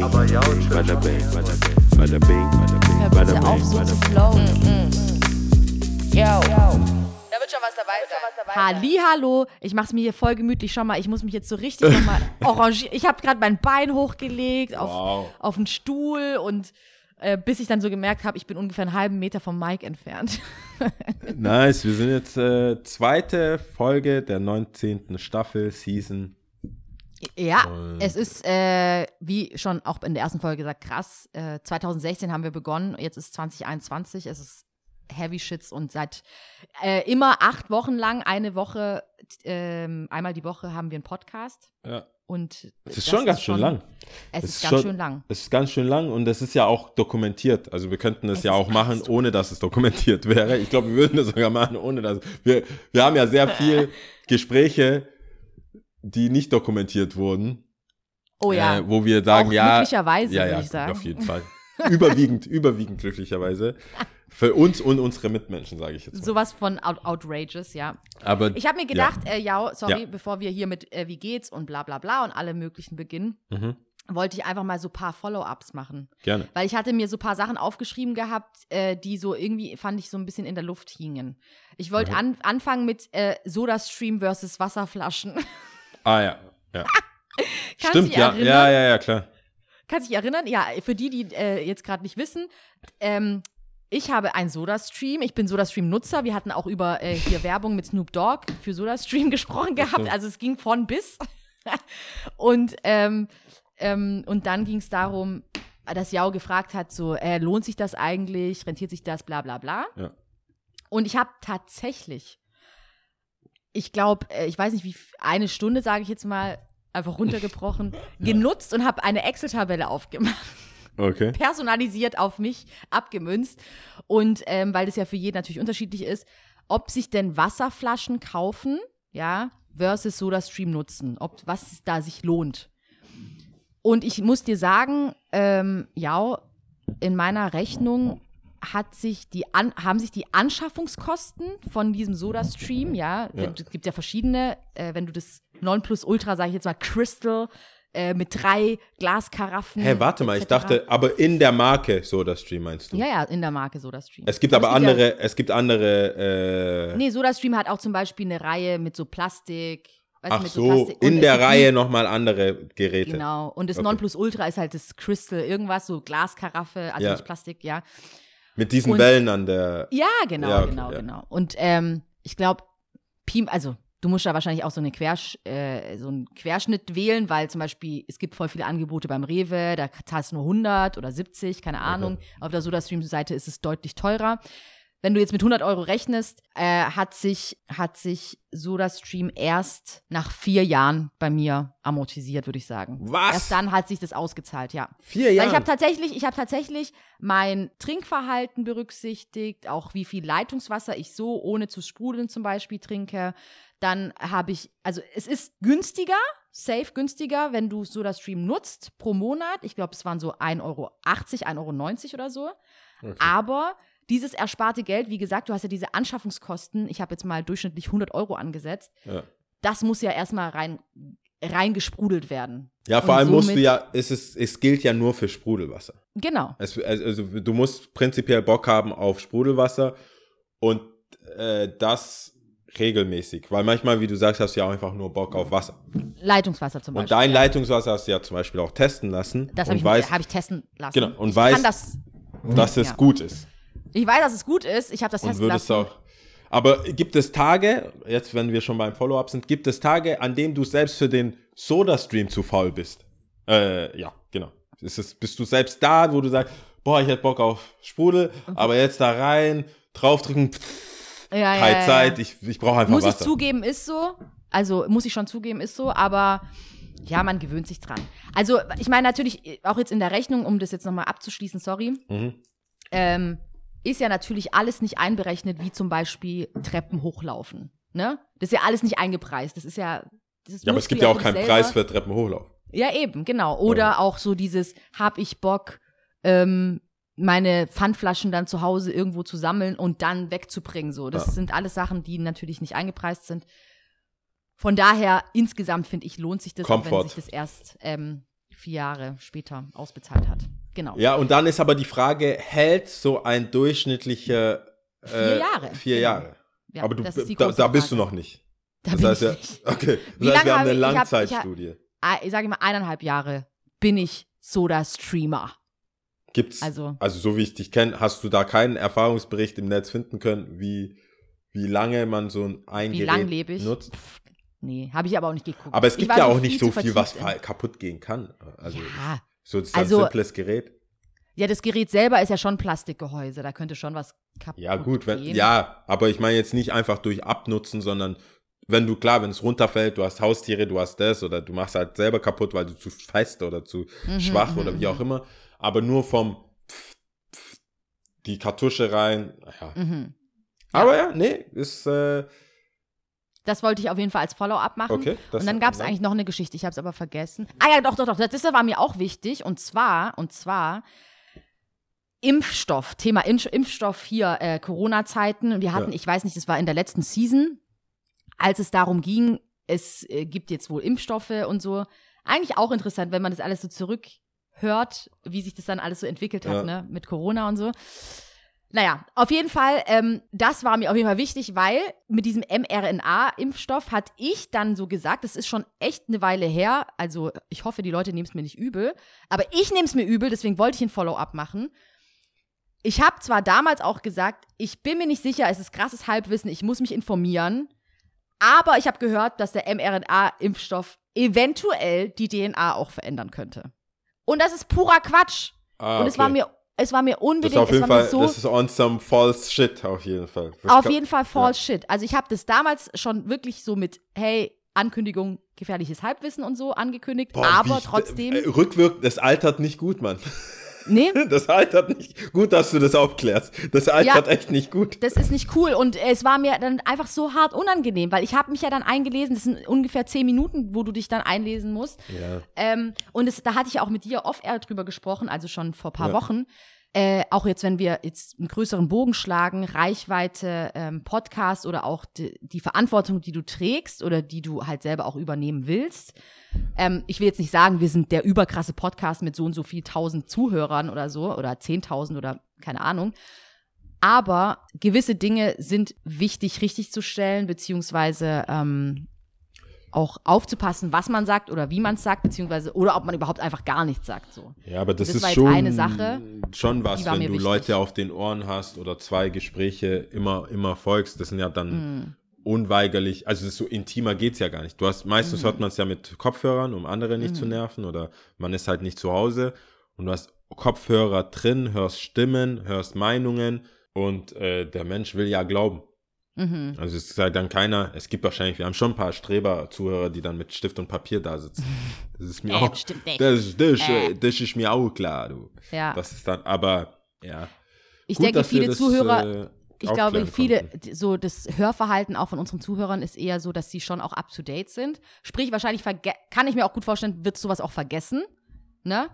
bada bing, bada bing, Hör bitte auf, so zu flowen. Yo. Da wird schon was dabei sein. Hallihallo, ich mach's mir hier voll gemütlich. Schau mal, ich muss mich jetzt so richtig nochmal arrangieren. Ich habe gerade mein Bein hochgelegt auf einen Stuhl und bis ich dann so gemerkt habe, ich bin ungefähr einen halben Meter vom Mic entfernt. Nice, wir sind jetzt zweite Folge der 19. Staffel, Season. Ja, es ist, wie schon auch in der ersten Folge gesagt, krass. 2016 haben wir begonnen, jetzt ist 2021, es ist Heavy Shits und seit immer 8 Wochen lang, eine Woche, einmal die Woche haben wir einen Podcast. Ja. Und es ist schon ganz schön lang. Es ist ganz schön lang. Es ist ganz schön lang und es ist ja auch dokumentiert. Also wir könnten es ja auch machen, ohne dass es dokumentiert wäre. Ich glaube, wir würden das sogar machen, ohne dass wir haben ja sehr viel Gespräche, die nicht dokumentiert wurden. Oh ja. Wo wir sagen, auch ja. Glücklicherweise, ja, würde ich sagen. Auf jeden Fall. Überwiegend glücklicherweise. Für uns und unsere Mitmenschen, sage ich jetzt mal. Sowas von outrageous, ja. Aber, ich habe mir gedacht, bevor wir hier mit wie geht's und bla bla bla und alle möglichen beginnen, wollte ich einfach mal so ein paar Follow-ups machen. Gerne. Weil ich hatte mir so ein paar Sachen aufgeschrieben gehabt, die so irgendwie, fand ich, so ein bisschen in der Luft hingen. Ich wollte anfangen mit SodaStream versus Wasserflaschen. Ah ja, ja. Stimmt, ja. Ja, klar. Kannst du dich erinnern? Ja, für die jetzt gerade nicht wissen, ich habe einen SodaStream, ich bin SodaStream-Nutzer. Wir hatten auch über hier Werbung mit Snoop Dogg für SodaStream gesprochen gehabt. Also es ging von bis. Und dann ging es darum, dass Yao gefragt hat, so, lohnt sich das eigentlich, rentiert sich das, bla bla bla. Ja. Und ich habe tatsächlich, ich glaube, ich weiß nicht, wie eine Stunde, sage ich jetzt mal, einfach runtergebrochen, genutzt und habe eine Excel-Tabelle aufgemacht. Okay. Personalisiert auf mich abgemünzt. Und weil das ja für jeden natürlich unterschiedlich ist, ob sich denn Wasserflaschen kaufen, ja, versus SodaStream nutzen, was da sich lohnt. Und ich muss dir sagen, in meiner Rechnung haben sich die Anschaffungskosten von diesem SodaStream, es gibt ja verschiedene, wenn du das Nonplusultra, sage ich jetzt mal, Crystal, mit 3 Glaskaraffen. Warte mal, ich dachte, aber in der Marke SodaStream meinst du? Ja, in der Marke SodaStream. Es gibt aber andere, Nee, SodaStream hat auch zum Beispiel eine Reihe mit so Plastik. In der Reihe nochmal andere Geräte. Genau, und das Nonplusultra ist halt das Crystal, irgendwas, so Glaskaraffe, also nicht Plastik, ja. Mit diesen Wellen an der... Ja, genau. Und ich glaube, also du musst da wahrscheinlich auch so einen Querschnitt wählen, weil zum Beispiel, es gibt voll viele Angebote beim Rewe, da zahlst du nur 100 oder 70, keine Ahnung. Auf der SodaStream-Seite ist es deutlich teurer. Wenn du jetzt mit 100 € rechnest, hat sich SodaStream erst nach 4 Jahren bei mir amortisiert, würde ich sagen. Was? Erst dann hat sich das ausgezahlt, ja. 4 Jahre? Weil ich habe tatsächlich mein Trinkverhalten berücksichtigt, auch wie viel Leitungswasser ich so ohne zu sprudeln zum Beispiel trinke. Dann also es ist günstiger, safe günstiger, wenn du SodaStream nutzt pro Monat. Ich glaube, es waren so 1,80 €, 1,90 € oder so. Okay. Aber dieses ersparte Geld, wie gesagt, du hast ja diese Anschaffungskosten, ich habe jetzt mal durchschnittlich 100 € angesetzt, das muss ja erstmal reingesprudelt werden. Ja, vor allem es gilt ja nur für Sprudelwasser. Genau. Also du musst prinzipiell Bock haben auf Sprudelwasser und das regelmäßig, weil manchmal, wie du sagst, hast du ja auch einfach nur Bock auf Wasser. Leitungswasser zum Beispiel. Und dein Leitungswasser hast du ja zum Beispiel auch testen lassen. Das habe ich testen lassen. Genau, und weißt, dass es gut ist. Ich weiß, dass es gut ist. Ich habe das testen lassen. Aber gibt es Tage, jetzt wenn wir schon beim Follow-up sind, gibt es Tage, an denen du selbst für den SodaStream zu faul bist? Ja, genau. Bist du selbst da, wo du sagst, boah, ich hätte Bock auf Sprudel, aber jetzt da rein, draufdrücken, keine Zeit, ich brauche einfach Wasser. Muss ich schon zugeben, ist so, aber ja, man gewöhnt sich dran. Also, ich meine natürlich, auch jetzt in der Rechnung, um das jetzt nochmal abzuschließen, sorry, ist ja natürlich alles nicht einberechnet, wie zum Beispiel Treppen hochlaufen. Ne? Das ist ja alles nicht eingepreist. Das ist ja. Aber es gibt ja auch keinen Preis für Treppen hochlaufen. Ja, eben, genau. Oder auch so dieses, hab ich Bock, meine Pfandflaschen dann zu Hause irgendwo zu sammeln und dann wegzubringen. So. Das sind alles Sachen, die natürlich nicht eingepreist sind. Von daher, insgesamt finde ich, lohnt sich das, auch wenn sich das erst 4 Jahre später ausbezahlt hat. Genau. Ja, und dann ist aber die Frage, hält so ein durchschnittlicher 4 Jahre. 4 Jahre. Ja, Aber das ist die da große bist du Frage. noch nicht. Da Das bin heißt ich ja, nicht. okay. Wie Das heißt, lange wir haben habe eine ich- Langzeitstudie. Ich sage mal 1,5 Jahre bin ich Soda-Streamer. Gibt's, Also- also so wie ich dich kenne, hast du da keinen Erfahrungsbericht im Netz finden können, wie lange man so ein Wie Gerät langlebig? nutzt? Nee, habe ich aber auch nicht geguckt. Aber es Ich gibt war ja so auch nicht so zu viel, was vertieft in- kaputt gehen kann. Also Ja. so ist ein Also- simples Gerät. Ja, das Gerät selber ist ja schon Plastikgehäuse, da könnte schon was kaputt Ja gut, gehen. aber ich meine jetzt nicht einfach durch Abnutzen, sondern wenn es runterfällt, du hast Haustiere, du hast das oder du machst halt selber kaputt, weil du zu fest oder zu schwach oder wie auch immer. Aber nur vom die Kartusche rein. Ja. Mhm. Aber ja, nee, ist Das wollte ich auf jeden Fall als Follow-up machen. okay. Und dann gab es eigentlich noch eine Geschichte, ich habe es aber vergessen. Ah ja, doch, das war mir auch wichtig. Und zwar Impfstoff, Thema Impfstoff hier, Corona-Zeiten. Und wir hatten, Ja. ich weiß nicht, das war in der letzten Season, als es darum ging, es gibt jetzt wohl Impfstoffe und so. Eigentlich auch interessant, wenn man das alles so zurückhört, wie sich das dann alles so entwickelt hat, Ja. ne, mit Corona und so. Naja, auf jeden Fall, das war mir auf jeden Fall wichtig, weil mit diesem mRNA-Impfstoff hatte ich dann so gesagt, das ist schon echt eine Weile her, also ich hoffe, die Leute nehmen es mir nicht übel, aber ich nehme es mir übel, deswegen wollte ich ein Follow-up machen. Ich habe zwar damals auch gesagt, ich bin mir nicht sicher, es ist krasses Halbwissen, ich muss mich informieren, aber ich habe gehört, dass der mRNA-Impfstoff eventuell die DNA auch verändern könnte. Und das ist purer Quatsch. Und es war mir das ist unbedingt, auf es jeden war mir Fall, so das ist on some false shit auf jeden Fall. auf jeden Fall false shit. Also ich habe das damals schon wirklich so mit, hey, Ankündigung, gefährliches Halbwissen und so angekündigt, aber trotzdem. Rückwirkend, das altert nicht gut, Mann. Nee, Das altert nicht gut, dass du das aufklärst. Das altert echt nicht gut. das ist nicht cool. Und es war mir dann einfach so hart unangenehm, weil ich habe mich ja dann eingelesen, das sind ungefähr 10 Minuten, wo du dich dann einlesen musst. Ja. Und da hatte ich ja auch mit dir off-air drüber gesprochen, also schon vor ein paar Ja. Wochen. Auch jetzt, wenn wir jetzt einen größeren Bogen schlagen, Reichweite, Podcast oder auch die Verantwortung, die du trägst oder die du halt selber auch übernehmen willst. Ich will jetzt nicht sagen, wir sind der überkrasse Podcast mit so und so viel 1000 Zuhörern oder so oder 10.000 oder keine Ahnung. Aber gewisse Dinge sind wichtig, richtig zu stellen, beziehungsweise auch aufzupassen, was man sagt oder wie man es sagt, beziehungsweise oder ob man überhaupt einfach gar nichts sagt. So. Ja, aber das Das war ist jetzt schon, eine Sache, schon was, die war wenn mir du wichtig. Leute auf den Ohren hast oder 2 Gespräche immer folgst. Das sind ja dann unweigerlich, also das ist so intimer geht's ja gar nicht. Meistens hört man es ja mit Kopfhörern, um andere nicht zu nerven oder man ist halt nicht zu Hause und du hast Kopfhörer drin, hörst Stimmen, hörst Meinungen und der Mensch will ja glauben. Also es ist halt dann wir haben schon ein paar Streber-Zuhörer, die dann mit Stift und Papier da sitzen. Das ist mir auch, bestimmt nicht. das ist mir auch klar, du. Ja. Das ist dann, aber, ja. Ich Gut, denke, dass wir viele das, Zuhörer, ich glaube, aufklären viele, konnten. so das Hörverhalten auch von unseren Zuhörern ist eher so, dass sie schon auch up-to-date sind. Sprich, wahrscheinlich kann ich mir auch gut vorstellen, wird sowas auch vergessen, ne?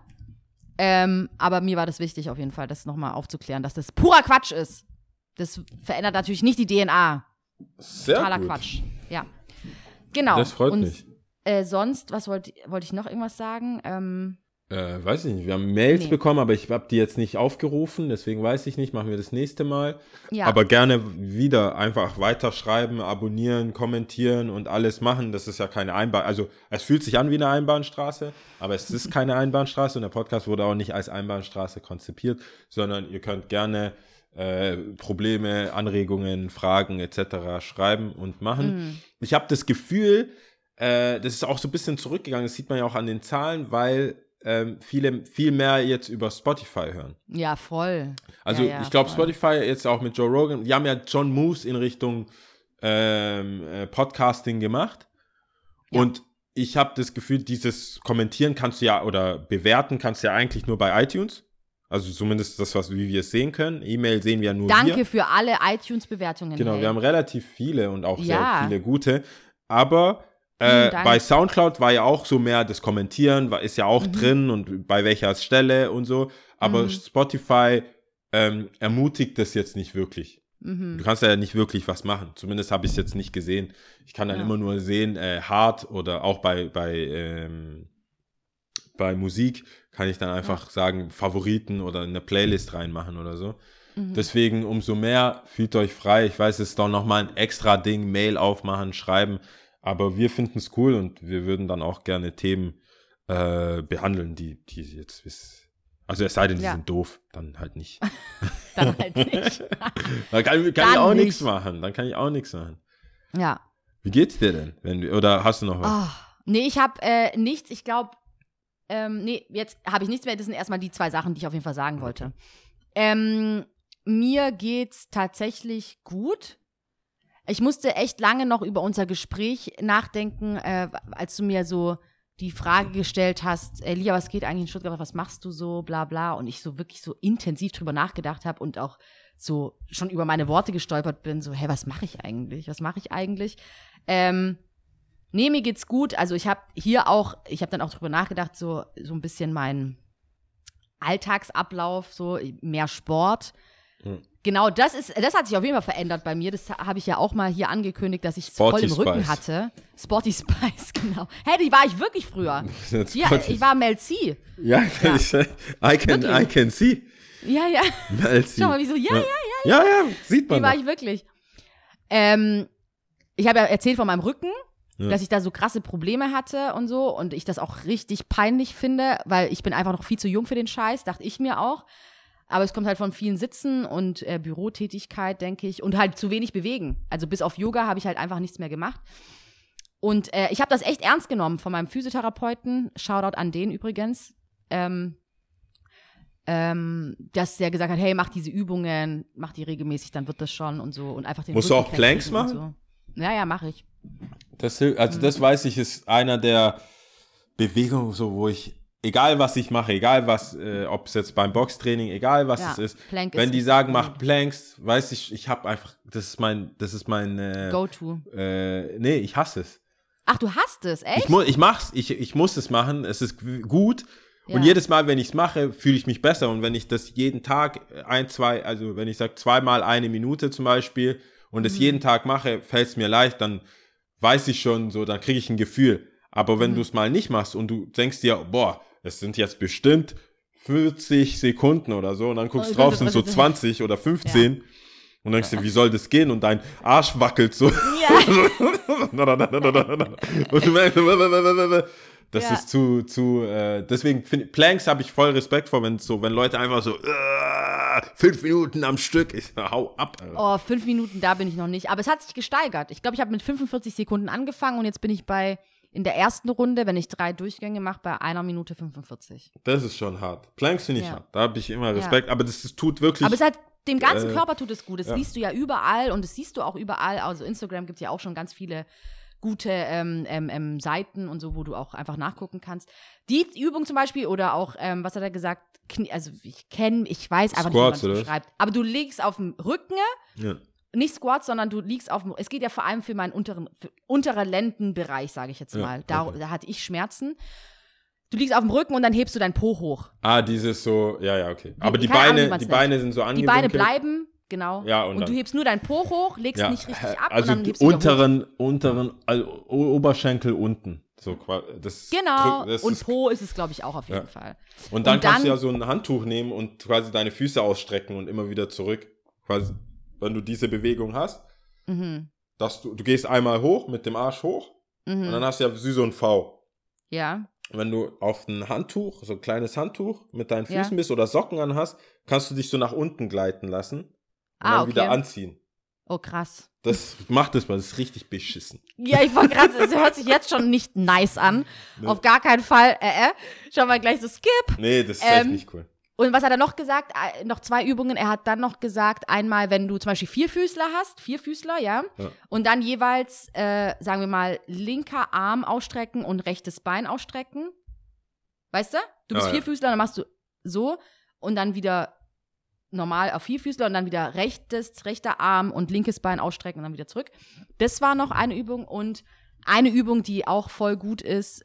Aber mir war das wichtig auf jeden Fall, das nochmal aufzuklären, dass das purer Quatsch ist. Das verändert natürlich nicht die DNA. Sehr Totaler gut. Quatsch. Ja. Genau. Das freut Und, mich. Sonst, was wollte ich noch irgendwas sagen? Weiß ich nicht. Wir haben Mails Nee. bekommen, aber ich habe die jetzt nicht aufgerufen, deswegen weiß ich nicht, machen wir das nächste Mal. Ja. Aber gerne wieder einfach weiterschreiben, abonnieren, kommentieren und alles machen. Das ist ja keine also es fühlt sich an wie eine Einbahnstraße, aber es ist keine Einbahnstraße und der Podcast wurde auch nicht als Einbahnstraße konzipiert, sondern ihr könnt gerne Probleme, Anregungen, Fragen etc. schreiben und machen. Ich habe das Gefühl, das ist auch so ein bisschen zurückgegangen, das sieht man ja auch an den Zahlen, weil viele viel mehr jetzt über Spotify hören. Ja, voll. Also Ja, ich glaube voll. Spotify jetzt auch mit Joe Rogan, die haben ja schon Moves in Richtung Podcasting gemacht Ja. und ich habe das Gefühl, dieses Kommentieren kannst du ja oder bewerten kannst du ja eigentlich nur bei iTunes. Also zumindest das, wie wir es sehen können. E-Mail sehen wir ja nur Danke wir. für alle iTunes-Bewertungen. Genau, hey. wir haben relativ viele und auch Ja. sehr viele gute. Aber Vielen Dank. bei Soundcloud war ja auch so mehr das Kommentieren, ist ja auch drin und bei welcher Stelle und so. Aber Spotify ermutigt das jetzt nicht wirklich. Du kannst ja nicht wirklich was machen. Zumindest habe ich es jetzt nicht gesehen. Ich kann dann immer nur sehen, hart oder auch bei bei Musik kann ich dann einfach sagen, Favoriten oder eine Playlist reinmachen oder so. Deswegen umso mehr, fühlt euch frei. Ich weiß, es ist doch nochmal ein extra Ding, Mail aufmachen, schreiben. Aber wir finden es cool und wir würden dann auch gerne Themen behandeln, die jetzt also es sei denn, die sind doof, dann halt nicht. Dann halt nicht. Dann kann ich auch nichts machen. Dann kann ich auch nichts machen. Ja. Wie geht's dir denn? Oder hast du noch was? Nee, ich habe nichts. Ich glaube, jetzt habe ich nichts mehr. Das sind erstmal die 2 Sachen, die ich auf jeden Fall sagen wollte. Mir geht's tatsächlich gut. Ich musste echt lange noch über unser Gespräch nachdenken, als du mir so die Frage gestellt hast, Lia, was geht eigentlich in Stuttgart, was machst du so, bla bla, und ich so wirklich so intensiv drüber nachgedacht habe und auch so schon über meine Worte gestolpert bin, so, was mache ich eigentlich? Nee, mir geht's gut, also ich habe dann auch drüber nachgedacht, so ein bisschen meinen Alltagsablauf, so mehr Sport. Genau, das hat sich auf jeden Fall verändert bei mir. Das habe ich ja auch mal hier angekündigt, dass ich es voll im Rücken hatte. Sporty Spice, genau. Hey, die war ich wirklich früher. Ja, ich war Mel C. Ja. I can see. Ja. Mel C. Schau mal, wieso? Ja, sieht man. Die war ich wirklich. Ich habe ja erzählt von meinem Rücken, dass ich da so krasse Probleme hatte und so. Und ich das auch richtig peinlich finde, weil ich bin einfach noch viel zu jung für den Scheiß, dachte ich mir auch. Aber es kommt halt von vielen Sitzen und Bürotätigkeit, denke ich, und halt zu wenig bewegen. Also bis auf Yoga habe ich halt einfach nichts mehr gemacht. Und ich habe das echt ernst genommen von meinem Physiotherapeuten, Shoutout an den übrigens, dass der gesagt hat, hey, mach diese Übungen, mach die regelmäßig, dann wird das schon und so. Und einfach den Musst du auch Planks machen? So. Ja, mache ich. Das weiß ich, ist einer der Bewegungen, so wo ich egal was ich mache, egal was, ob es jetzt beim Boxtraining, egal was es ist, wenn die sagen, mach Planks, weiß ich habe einfach, das ist mein Go-To. Nee, ich hasse es. Ach, du hasst es, echt? Ich muss es machen, es ist gut und jedes Mal, wenn ich es mache, fühle ich mich besser und wenn ich das jeden Tag also wenn ich sage 2-mal 1 Minute zum Beispiel und es jeden Tag mache, fällt es mir leicht, dann weiß ich schon so, dann kriege ich ein Gefühl. Aber wenn du es mal nicht machst und du denkst dir, boah, es sind jetzt bestimmt 40 Sekunden oder so und dann guckst du drauf, sind so 20 oder 15 und denkst dir, wie soll das gehen? Und dein Arsch wackelt so. Ja. Und du merkst, das ist deswegen Planks habe ich voll Respekt vor, wenn Leute einfach so 5 Minuten am Stück, ich hau ab. Alter. 5 Minuten, da bin ich noch nicht. Aber es hat sich gesteigert. Ich glaube, ich habe mit 45 Sekunden angefangen und jetzt bin ich in der ersten Runde, wenn ich 3 Durchgänge mache, bei 1 Minute 45. Das ist schon hart. Planks finde ich hart. Da habe ich immer Respekt. Aber das tut wirklich. Aber es hat dem ganzen Körper tut es gut. Das liest du ja überall und das siehst du auch überall. Also Instagram gibt ja auch schon ganz viele gute Seiten und so, wo du auch einfach nachgucken kannst. Die Übung zum Beispiel oder auch, was hat er gesagt? Ich weiß einfach Squats, nicht, wie man es beschreibt. Aber du liegst auf dem Rücken. Ja. Nicht Squats, sondern du liegst es geht ja vor allem für meinen unterer Lendenbereich, sage ich jetzt mal. Da hatte ich Schmerzen. Du liegst auf dem Rücken und dann hebst du deinen Po hoch. Dieses so, okay. Aber die Beine sind so angewinkelt. Die Beine bleiben, genau. Ja, und du hebst nur deinen Po hoch, legst nicht richtig ab also und dann hebst du unteren also Oberschenkel unten. So, genau, und Po ist es, glaube ich, auch auf jeden Fall. Und dann kannst du ja so ein Handtuch nehmen und quasi deine Füße ausstrecken und immer wieder zurück. Quasi, wenn du diese Bewegung hast, dass du gehst einmal hoch, mit dem Arsch hoch und dann hast du ja so ein V. Ja. Wenn du auf ein Handtuch, so ein kleines Handtuch mit deinen Füßen bist oder Socken an hast, kannst du dich so nach unten gleiten lassen und dann wieder anziehen. Oh, krass. Macht das mal, das ist richtig beschissen. Ja, ich wollte gerade, es hört sich jetzt schon nicht nice an. Nee. Auf gar keinen Fall. Schauen wir gleich so skip. Nee, das ist echt nicht cool. Und was hat er noch gesagt? Noch 2 Übungen. Er hat dann noch gesagt, einmal, wenn du zum Beispiel Vierfüßler, ja. Und dann jeweils, sagen wir mal, linker Arm ausstrecken und rechtes Bein ausstrecken. Weißt du? Du bist Vierfüßler, dann machst du so und dann wieder normal auf Vierfüßler und dann wieder rechter Arm und linkes Bein ausstrecken und dann wieder zurück. Das war noch eine Übung und eine Übung, die auch voll gut ist,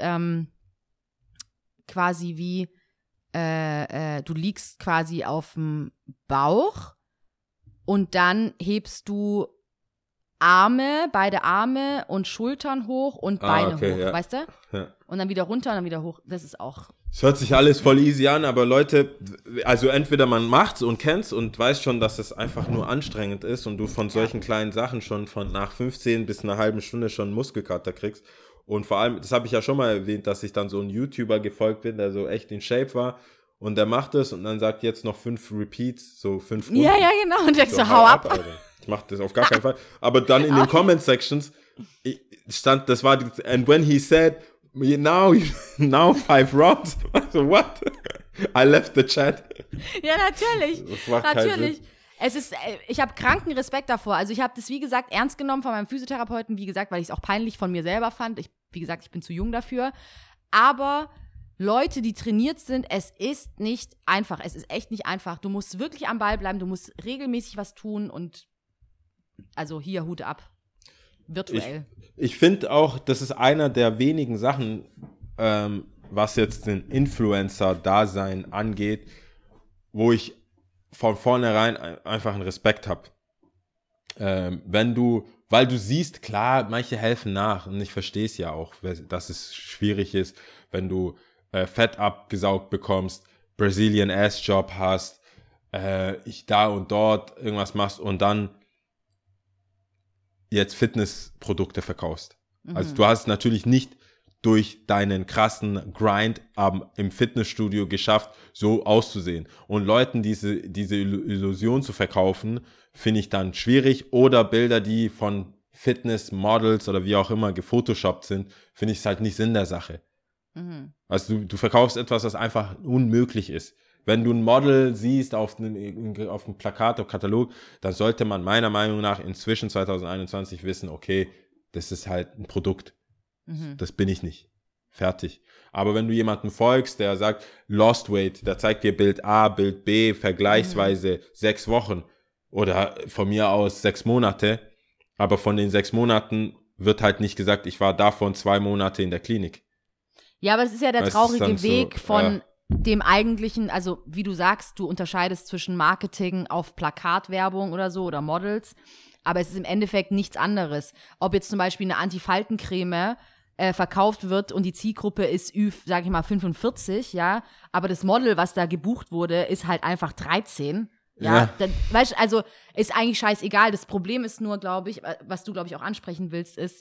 quasi wie du liegst quasi auf dem Bauch und dann hebst du beide Arme und Schultern hoch und Beine hoch, ja. weißt du? Ja. Und dann wieder runter und dann wieder hoch. Das ist auch. Es hört sich alles voll easy an, aber Leute, also entweder man macht's und kennt's und weiß schon, dass es einfach nur anstrengend ist und du von solchen kleinen Sachen schon von nach 15 bis einer halben Stunde schon einen Muskelkater kriegst. Und vor allem, das habe ich ja schon mal erwähnt, dass ich dann so einen YouTuber gefolgt bin, der so echt in Shape war und der macht es und dann sagt jetzt noch 5 Repeats, so 5 Runden. Ja, genau. Und denkst so, hau ab. Alter. Ich mach das auf gar keinen Fall. Aber dann in den Comment-Sections stand, das war, and when he said, now 5 rounds. So, what? I left the chat. Ja, natürlich. Das macht keinen Sinn. Ich habe kranken Respekt davor. Also ich habe das, wie gesagt, ernst genommen von meinem Physiotherapeuten, wie gesagt, weil ich es auch peinlich von mir selber fand. Wie gesagt, ich bin zu jung dafür. Aber Leute, die trainiert sind, es ist nicht einfach. Es ist echt nicht einfach. Du musst wirklich am Ball bleiben, du musst regelmäßig was tun und also hier, Hut ab. Virtuell. Ich finde auch, das ist einer der wenigen Sachen, was jetzt den Influencer-Dasein angeht, wo ich von vornherein einfach einen Respekt habe. Weil du siehst, klar, manche helfen nach und ich verstehe es ja auch, dass es schwierig ist, wenn du Fett abgesaugt bekommst, Brazilian Ass Job hast, da und dort irgendwas machst und dann jetzt Fitnessprodukte verkaufst. Also du hast es natürlich nicht durch deinen krassen Grind im Fitnessstudio geschafft, so auszusehen. Und Leuten diese Illusion zu verkaufen, finde ich dann schwierig. Oder Bilder, die von Fitnessmodels oder wie auch immer gefotoshoppt sind, finde ich es halt nicht Sinn der Sache. Also du verkaufst etwas, was einfach unmöglich ist. Wenn du ein Model siehst auf einem Plakat oder Katalog, dann sollte man meiner Meinung nach inzwischen 2021 wissen, okay, das ist halt ein Produkt. Das bin ich nicht. Fertig. Aber wenn du jemanden folgst, der sagt, Lost Weight, der zeigt dir Bild A, Bild B, vergleichsweise 6 Wochen oder von mir aus 6 Monate, aber von den 6 Monaten wird halt nicht gesagt, ich war davon 2 Monate in der Klinik. Ja, aber es ist ja der traurige Weg von dem eigentlichen, also wie du sagst, du unterscheidest zwischen Marketing auf Plakatwerbung oder so oder Models, aber es ist im Endeffekt nichts anderes. Ob jetzt zum Beispiel eine Antifaltencreme verkauft wird und die Zielgruppe ist, sag ich mal, 45, ja, aber das Model, was da gebucht wurde, ist halt einfach 13. Ja. Dann, weißt du, also ist eigentlich scheißegal. Das Problem ist nur, glaube ich, was du, glaube ich, auch ansprechen willst, ist,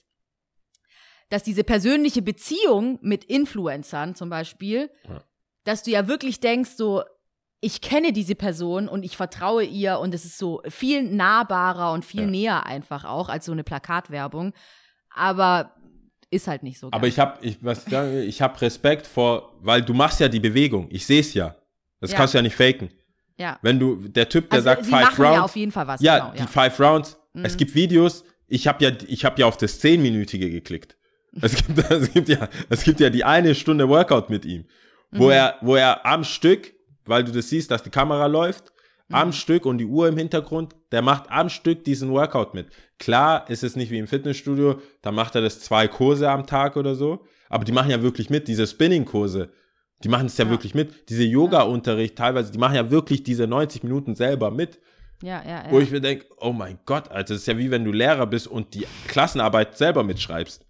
dass diese persönliche Beziehung mit Influencern zum Beispiel, dass du ja wirklich denkst, so, ich kenne diese Person und ich vertraue ihr und es ist so viel nahbarer und viel näher einfach auch als so eine Plakatwerbung. Aber ist halt nicht so. Aber ich hab Respekt vor, weil du machst ja die Bewegung. Ich sehe es ja. Das kannst du ja nicht faken. Ja. Wenn der Typ, der also sagt 5 Rounds. Ja, auf jeden Fall was. Ja, genau, die 5 Rounds. Es gibt Videos. Ich hab ja auf das 10-minütige geklickt. Es gibt ja die 1 Stunde Workout mit ihm, wo er am Stück, weil du das siehst, dass die Kamera läuft, am Stück und die Uhr im Hintergrund, der macht am Stück diesen Workout mit. Klar ist es nicht wie im Fitnessstudio, da macht er das 2 Kurse am Tag oder so, aber die machen ja wirklich mit, diese Spinning-Kurse, die machen es ja wirklich mit, diese Yoga-Unterricht teilweise, die machen ja wirklich diese 90 Minuten selber mit. Ja. Wo ich mir denke, oh mein Gott, Alter, das ist ja wie wenn du Lehrer bist und die Klassenarbeit selber mitschreibst.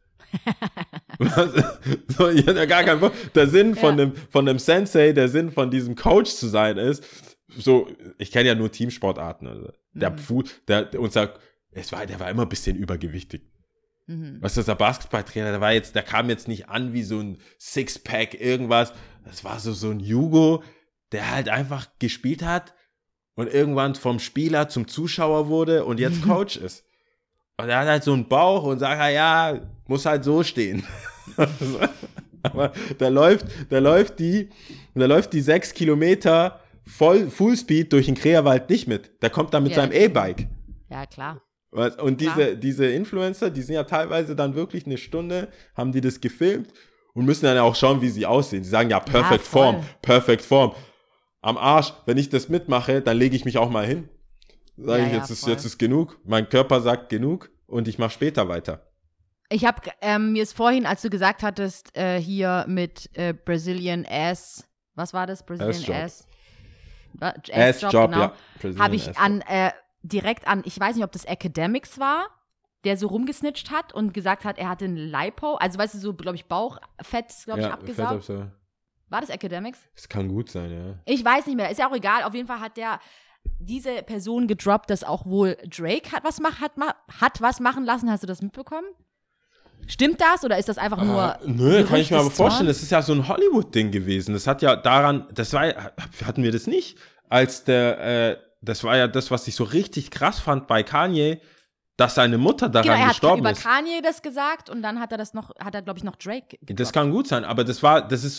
So, ich hatte ja gar keinen Bock. Der Sinn von dem Sensei, der Sinn von diesem Coach zu sein ist, so, ich kenne ja nur Teamsportarten. Also der war immer ein bisschen übergewichtig. Was ist der Basketballtrainer, der kam jetzt nicht an wie so ein Sixpack, irgendwas. Das war so ein Jugo, der halt einfach gespielt hat und irgendwann vom Spieler zum Zuschauer wurde und jetzt Coach ist. Und er hat halt so einen Bauch und sagt, ja, muss halt so stehen. Aber da läuft die 6 Kilometer Fullspeed durch den Kreerwald nicht mit. Der kommt dann mit seinem E-Bike. Ja, klar. Und diese Influencer, die sind ja teilweise dann wirklich 1 Stunde, haben die das gefilmt und müssen dann auch schauen, wie sie aussehen. Sie sagen ja, perfect Form. Am Arsch, wenn ich das mitmache, dann lege ich mich auch mal hin. Sage ich, jetzt ist genug. Mein Körper sagt genug und ich mache später weiter. Ich habe mir ist vorhin, als du gesagt hattest, hier mit Brazilian Ass, was war das? Brazilian Ass? Ass-Job, genau. ja. Habe ich direkt an, ich weiß nicht, ob das Academics war der so rumgesnitcht hat und gesagt hat, er hatte ein Lipo, also weißt du, so, glaube ich, Bauchfett, glaube ich, abgesaugt. War das Academics? Das kann gut sein, ja. Ich weiß nicht mehr, ist ja auch egal. Auf jeden Fall hat diese Person gedroppt, dass auch wohl Drake hat was machen lassen. Hast du das mitbekommen? Stimmt das oder ist das einfach nur nö, kann ich mir aber vorstellen, das ist ja so ein Hollywood-Ding gewesen. Das hat ja daran, hatten wir das nicht, als das war ja das, was ich so richtig krass fand bei Kanye, dass seine Mutter daran gestorben ist. Er hat über Kanye das gesagt und dann hat er glaube ich, noch Drake gedroppt. Das kann gut sein, aber das ist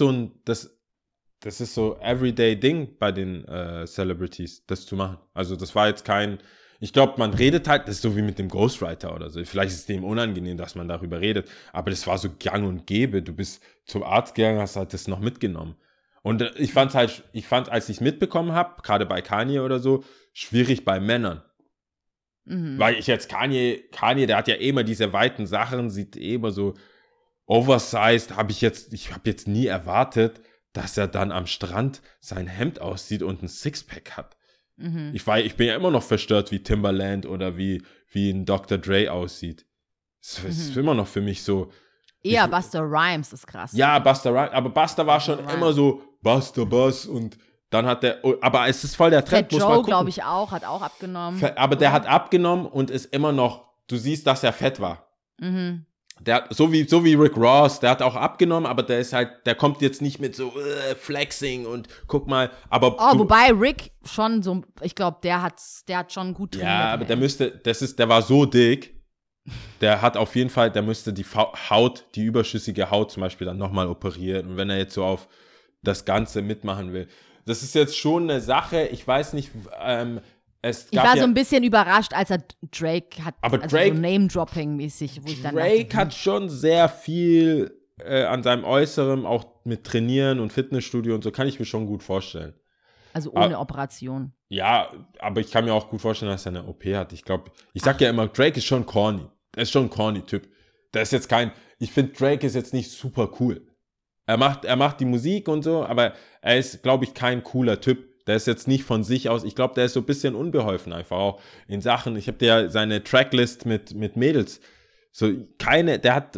so everyday Ding bei den Celebrities, das zu machen. Also das war jetzt ich glaube, man redet halt, das ist so wie mit dem Ghostwriter oder so. Vielleicht ist es dem unangenehm, dass man darüber redet, aber das war so gang und gäbe. Du bist zum Arzt gegangen, hast halt das noch mitgenommen. Und ich fand, als ich es mitbekommen habe, gerade bei Kanye oder so, schwierig bei Männern. Mhm. Weil ich jetzt Kanye, der hat ja immer diese weiten Sachen, sieht immer so oversized, ich habe jetzt nie erwartet, dass er dann am Strand sein Hemd aussieht und ein Sixpack hat. Mhm. Ich bin ja immer noch verstört, wie Timbaland oder wie ein Dr. Dre aussieht. Es ist immer noch für mich so. Eher Busta Rhymes ist krass. Ja, Busta Rhymes, aber Busta war schon immer so Busta Buzz und dann hat aber es ist voll der Trend, muss man gucken. Joe, glaube ich auch, hat auch abgenommen. Aber der hat abgenommen und ist immer noch, du siehst, dass er fett war. Mhm. Der so wie Rick Ross, der hat auch abgenommen, aber der kommt jetzt nicht mit so Flexing und guck mal, aber wobei Rick schon so, ich glaube, der hat schon gut trainiert. Ja, aber der war so dick, der hat auf jeden Fall, der müsste die Haut, die überschüssige Haut zum Beispiel dann nochmal operieren und wenn er jetzt so auf das Ganze mitmachen will. Das ist jetzt schon eine Sache, ich weiß nicht, ich war so ein bisschen überrascht, als er Drake hat, aber also Drake, so Name-Dropping-mäßig, wo ich dann Drake hat schon sehr viel an seinem Äußeren, auch mit Trainieren und Fitnessstudio und so, kann ich mir schon gut vorstellen. Also ohne Operation. Ja, aber ich kann mir auch gut vorstellen, dass er eine OP hat. Ich glaube, ich sag ja immer, Drake ist schon corny. Er ist schon ein corny Typ. Der ist jetzt ich finde, Drake ist jetzt nicht super cool. Er macht die Musik und so, aber er ist, glaube ich, kein cooler Typ. Der ist jetzt nicht von sich aus, ich glaube, der ist so ein bisschen unbeholfen einfach auch in Sachen. Ich habe dir ja seine Tracklist mit Mädels. So, der hat,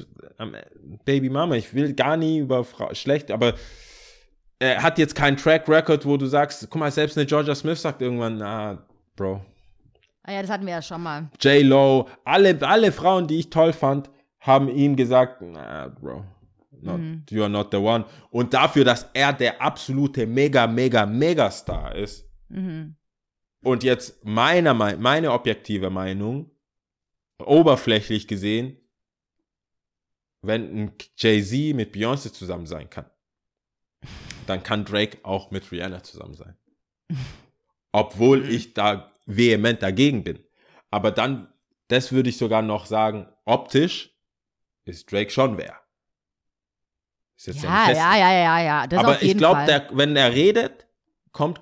Baby Mama, ich will gar nie über schlecht, aber er hat jetzt keinen Track Record, wo du sagst, guck mal, selbst eine Georgia Smith sagt irgendwann, Bro. Ah ja, das hatten wir ja schon mal. J-Lo, alle Frauen, die ich toll fand, haben ihm gesagt, Bro. You are not the one. Und dafür, dass er der absolute Mega-Star ist. Mhm. Und jetzt meine objektive Meinung, oberflächlich gesehen, wenn ein Jay-Z mit Beyoncé zusammen sein kann, dann kann Drake auch mit Rihanna zusammen sein. Obwohl ich da vehement dagegen bin. Aber dann, das würde ich sogar noch sagen, optisch ist Drake schon wer. Ist jetzt ja. Das aber ich glaube, wenn er redet, kommt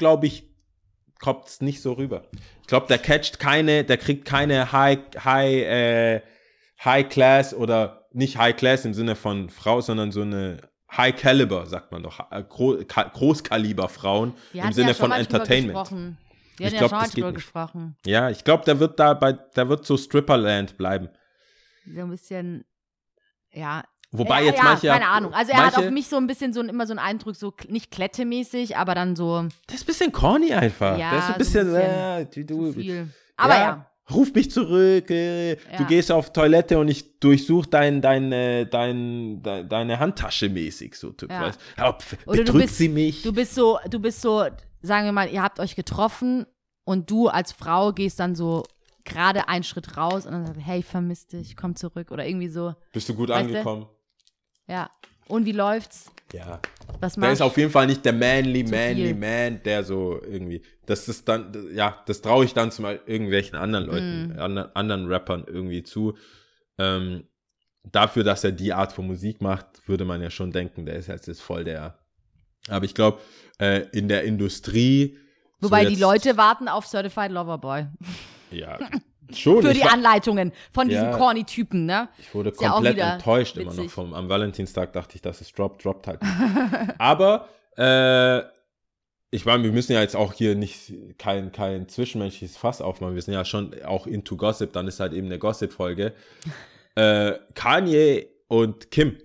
es nicht so rüber. Ich glaube, der kriegt keine High Class oder nicht High Class im Sinne von Frau, sondern so eine High Caliber, sagt man doch, Großkaliber Frauen im Sinne von Entertainment. Wir hatten ja schon drüber gesprochen. Ja, ich glaube, der wird so Stripperland bleiben. So ein bisschen, ja. Wobei jetzt manche. Keine Ahnung. Also er hat auf mich so ein bisschen immer so einen Eindruck, so nicht klettemäßig, aber dann so. Der ist ein bisschen corny einfach. Ja, der ist ein bisschen zu viel. Aber ja. Ruf mich zurück. Du gehst auf Toilette und ich durchsuche deine Handtasche mäßig, so Typ. Ja. Betrügt sie mich? Du bist so, sagen wir mal, ihr habt euch getroffen und du als Frau gehst dann so gerade einen Schritt raus und dann sagst, hey, ich vermisse dich, komm zurück oder irgendwie so. Bist du gut angekommen? Ja. Und wie läuft's? Ja. Was der ist auf jeden Fall nicht der manly man, der so irgendwie, das ist dann, ja, das traue ich dann zu irgendwelchen anderen Leuten, anderen Rappern irgendwie zu. Dafür, dass er die Art von Musik macht, würde man ja schon denken, der ist jetzt voll der, aber ich glaube, in der Industrie. Wobei die Leute warten auf Certified Lover Boy. Ja, schon. Für die Anleitungen von diesen corny Typen, ne? Ich wurde komplett enttäuscht immer noch am Valentinstag, dachte ich, dass es droppt halt nicht. Aber ich meine, wir müssen ja jetzt auch hier nicht kein zwischenmenschliches Fass aufmachen. Wir sind ja schon auch into Gossip, dann ist halt eben eine Gossip-Folge. Kanye und Kim.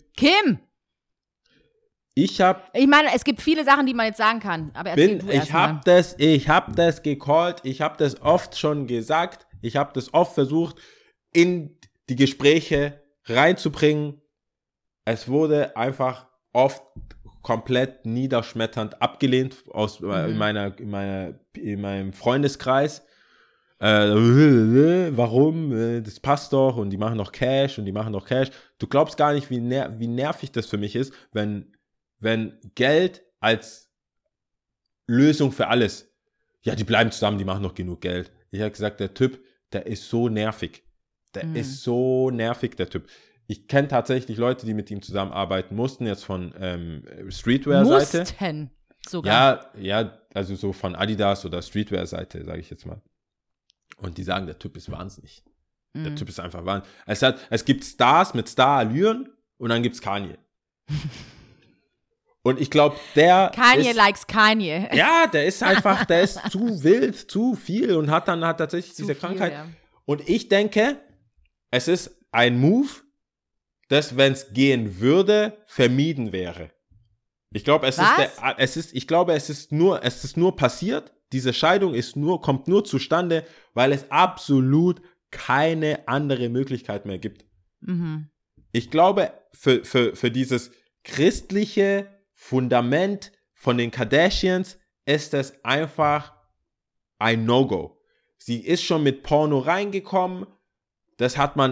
Ich meine, es gibt viele Sachen, die man jetzt sagen kann, aber erzähl du erst mal. Ich hab das gecallt, ich habe das oft schon gesagt, ich habe das oft versucht, in die Gespräche reinzubringen. Es wurde einfach oft komplett niederschmetternd abgelehnt in meinem Freundeskreis. Warum? Das passt doch und die machen doch Cash. Du glaubst gar nicht, wie nervig das für mich ist, wenn Geld als Lösung für alles, ja, die bleiben zusammen, die machen noch genug Geld. Ich habe gesagt, der Typ, der ist so nervig. Der Typ. Ich kenne tatsächlich Leute, die mit ihm zusammenarbeiten mussten, jetzt von Streetwear-Seite. Mussten sogar. Ja, also so von Adidas oder Streetwear-Seite, sage ich jetzt mal. Und die sagen, der Typ ist wahnsinnig. Der Typ ist einfach wahnsinnig. Es gibt Stars mit Star-Allüren und dann gibt's Kanye. Und ich glaube, Kanye likes Kanye. Ja, der ist zu wild, zu viel und hat tatsächlich diese Krankheit. Ja. Und ich denke, es ist ein Move, das, wenn es gehen würde, vermieden wäre. Ich glaube, es ist nur passiert. Diese Scheidung kommt nur zustande, weil es absolut keine andere Möglichkeit mehr gibt. Mhm. Ich glaube, für dieses christliche Fundament von den Kardashians ist das einfach ein No-Go. Sie ist schon mit Porno reingekommen, das hat man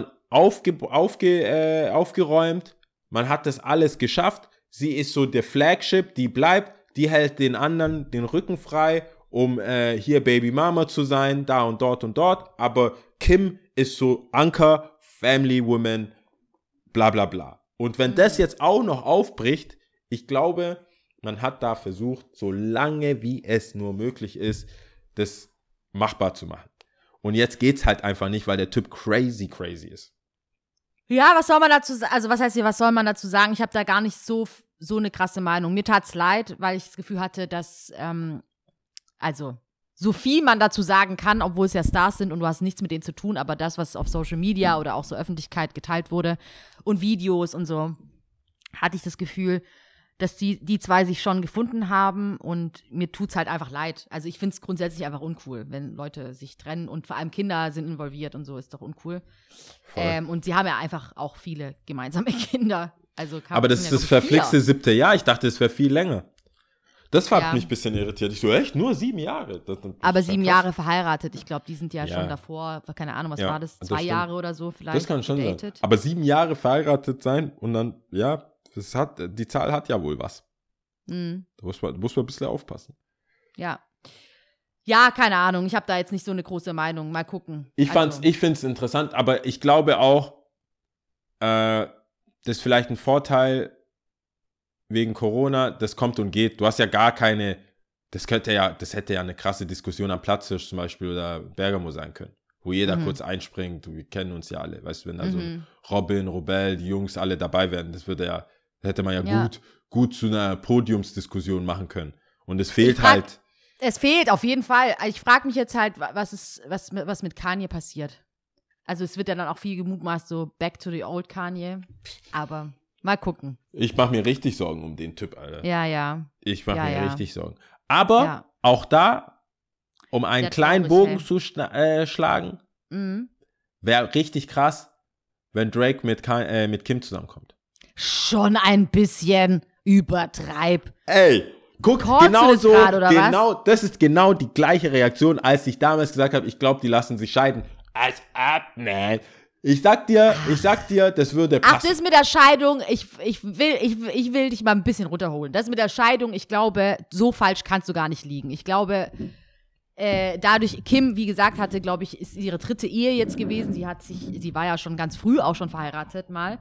aufgeräumt, man hat das alles geschafft, sie ist so der Flagship, die bleibt, die hält den anderen den Rücken frei, um hier Baby Mama zu sein, da und dort, aber Kim ist so Anker, Family Woman, bla bla bla. Und wenn das jetzt auch noch aufbricht, ich glaube, man hat da versucht, so lange wie es nur möglich ist, das machbar zu machen. Und jetzt geht's halt einfach nicht, weil der Typ crazy ist. Ja, was soll man dazu sagen? Also was heißt hier, was soll man dazu sagen? Ich habe da gar nicht so eine krasse Meinung. Mir tat's leid, weil ich das Gefühl hatte, dass, so viel man dazu sagen kann, obwohl es ja Stars sind und du hast nichts mit denen zu tun, aber das, was auf Social Media oder auch so Öffentlichkeit geteilt wurde und Videos und so, hatte ich das Gefühl, dass die zwei sich schon gefunden haben und mir tut's halt einfach leid. Also ich find's grundsätzlich einfach uncool, wenn Leute sich trennen und vor allem Kinder sind involviert und so, ist doch uncool. Und sie haben ja einfach auch viele gemeinsame Kinder. Also aber das ist das verflixte 7. Jahr. Ich dachte, es wäre viel länger. Das hat mich ein bisschen irritiert. Ich so, echt? Nur 7 Jahre? Das aber 7 Jahre verheiratet. Ich glaube, die sind ja schon davor, keine Ahnung, was war das? 2 Jahre oder so vielleicht. Das kann schon sein. Aber 7 Jahre verheiratet sein und dann, die Zahl hat ja wohl was. Da muss man ein bisschen aufpassen. Ja. Ja, keine Ahnung. Ich habe da jetzt nicht so eine große Meinung. Mal gucken. Ich finde es interessant, aber ich glaube auch, das ist vielleicht ein Vorteil wegen Corona, das kommt und geht. Du hast ja gar keine, das hätte ja eine krasse Diskussion am Platzhirsch zum Beispiel oder Bergamo sein können, wo jeder kurz einspringt. Wir kennen uns ja alle. Weißt du, wenn da so Robin, Robel, die Jungs alle dabei wären, das hätte man ja gut zu einer Podiumsdiskussion machen können. Und es fehlt halt. Es fehlt auf jeden Fall. Ich frage mich jetzt halt, was mit Kanye passiert. Also es wird ja dann auch viel gemutmaßt, so back to the old Kanye. Aber mal gucken. Ich mache mir richtig Sorgen um den Typ, Alter. Ja. Ich mache mir richtig Sorgen. Aber auch da, um einen kleinen Bogen zu schlagen, wäre richtig krass, wenn Drake mit Kim zusammenkommt. Schon ein bisschen übertreib. Ey, guck, das ist genau die gleiche Reaktion, als ich damals gesagt habe, ich glaube, die lassen sich scheiden. Als ab, man. Ich sag dir, das würde passen. Ach, das mit der Scheidung, ich will dich mal ein bisschen runterholen. Das mit der Scheidung, ich glaube, so falsch kannst du gar nicht liegen. Ich glaube, dadurch, Kim, wie gesagt, hatte, glaube ich, ist ihre 3. Ehe jetzt gewesen. Sie war ja schon ganz früh auch schon verheiratet mal.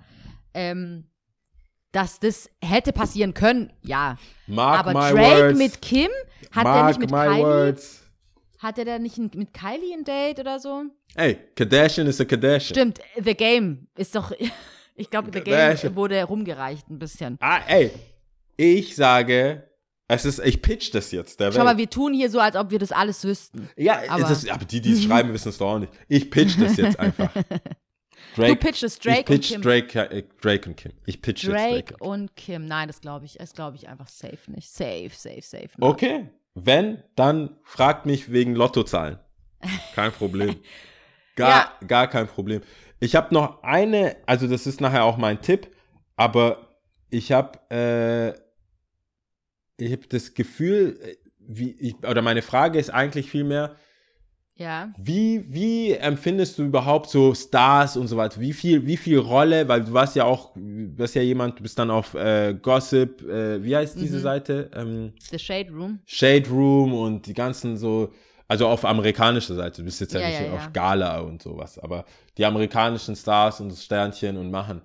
Dass das hätte passieren können, ja. Aber Drake mit Kim, hat der nicht mit Kylie? Hat der nicht mit Kylie ein Date oder so? Ey, Kardashian ist a Kardashian. Stimmt, The Game ist doch, ich glaube, The Game wurde rumgereicht ein bisschen. Ich sage, Ich pitch das jetzt der Schau Welt. mal, wir tun hier so, als ob wir das alles wüssten. Ja, aber die es schreiben, wissen es doch auch nicht. Ich pitch das jetzt einfach. Du pitchest Drake und Kim. Drake und Kim. Ich pitch jetzt Drake und Kim. Nein, das glaube ich einfach safe nicht. Safe nicht. Okay, wenn, dann fragt mich wegen Lottozahlen. Kein Problem. Gar kein Problem. Ich habe noch also das ist nachher auch mein Tipp, aber ich habe das Gefühl, oder meine Frage ist eigentlich vielmehr, wie empfindest du überhaupt so Stars und so weiter? Wie viel Rolle, weil du warst ja jemand, du bist dann auf Gossip, wie heißt diese Seite? The Shade Room. Shade Room und die ganzen so, also auf amerikanischer Seite, du bist jetzt ja nicht auf Gala und sowas, aber die amerikanischen Stars und das Sternchen und machen.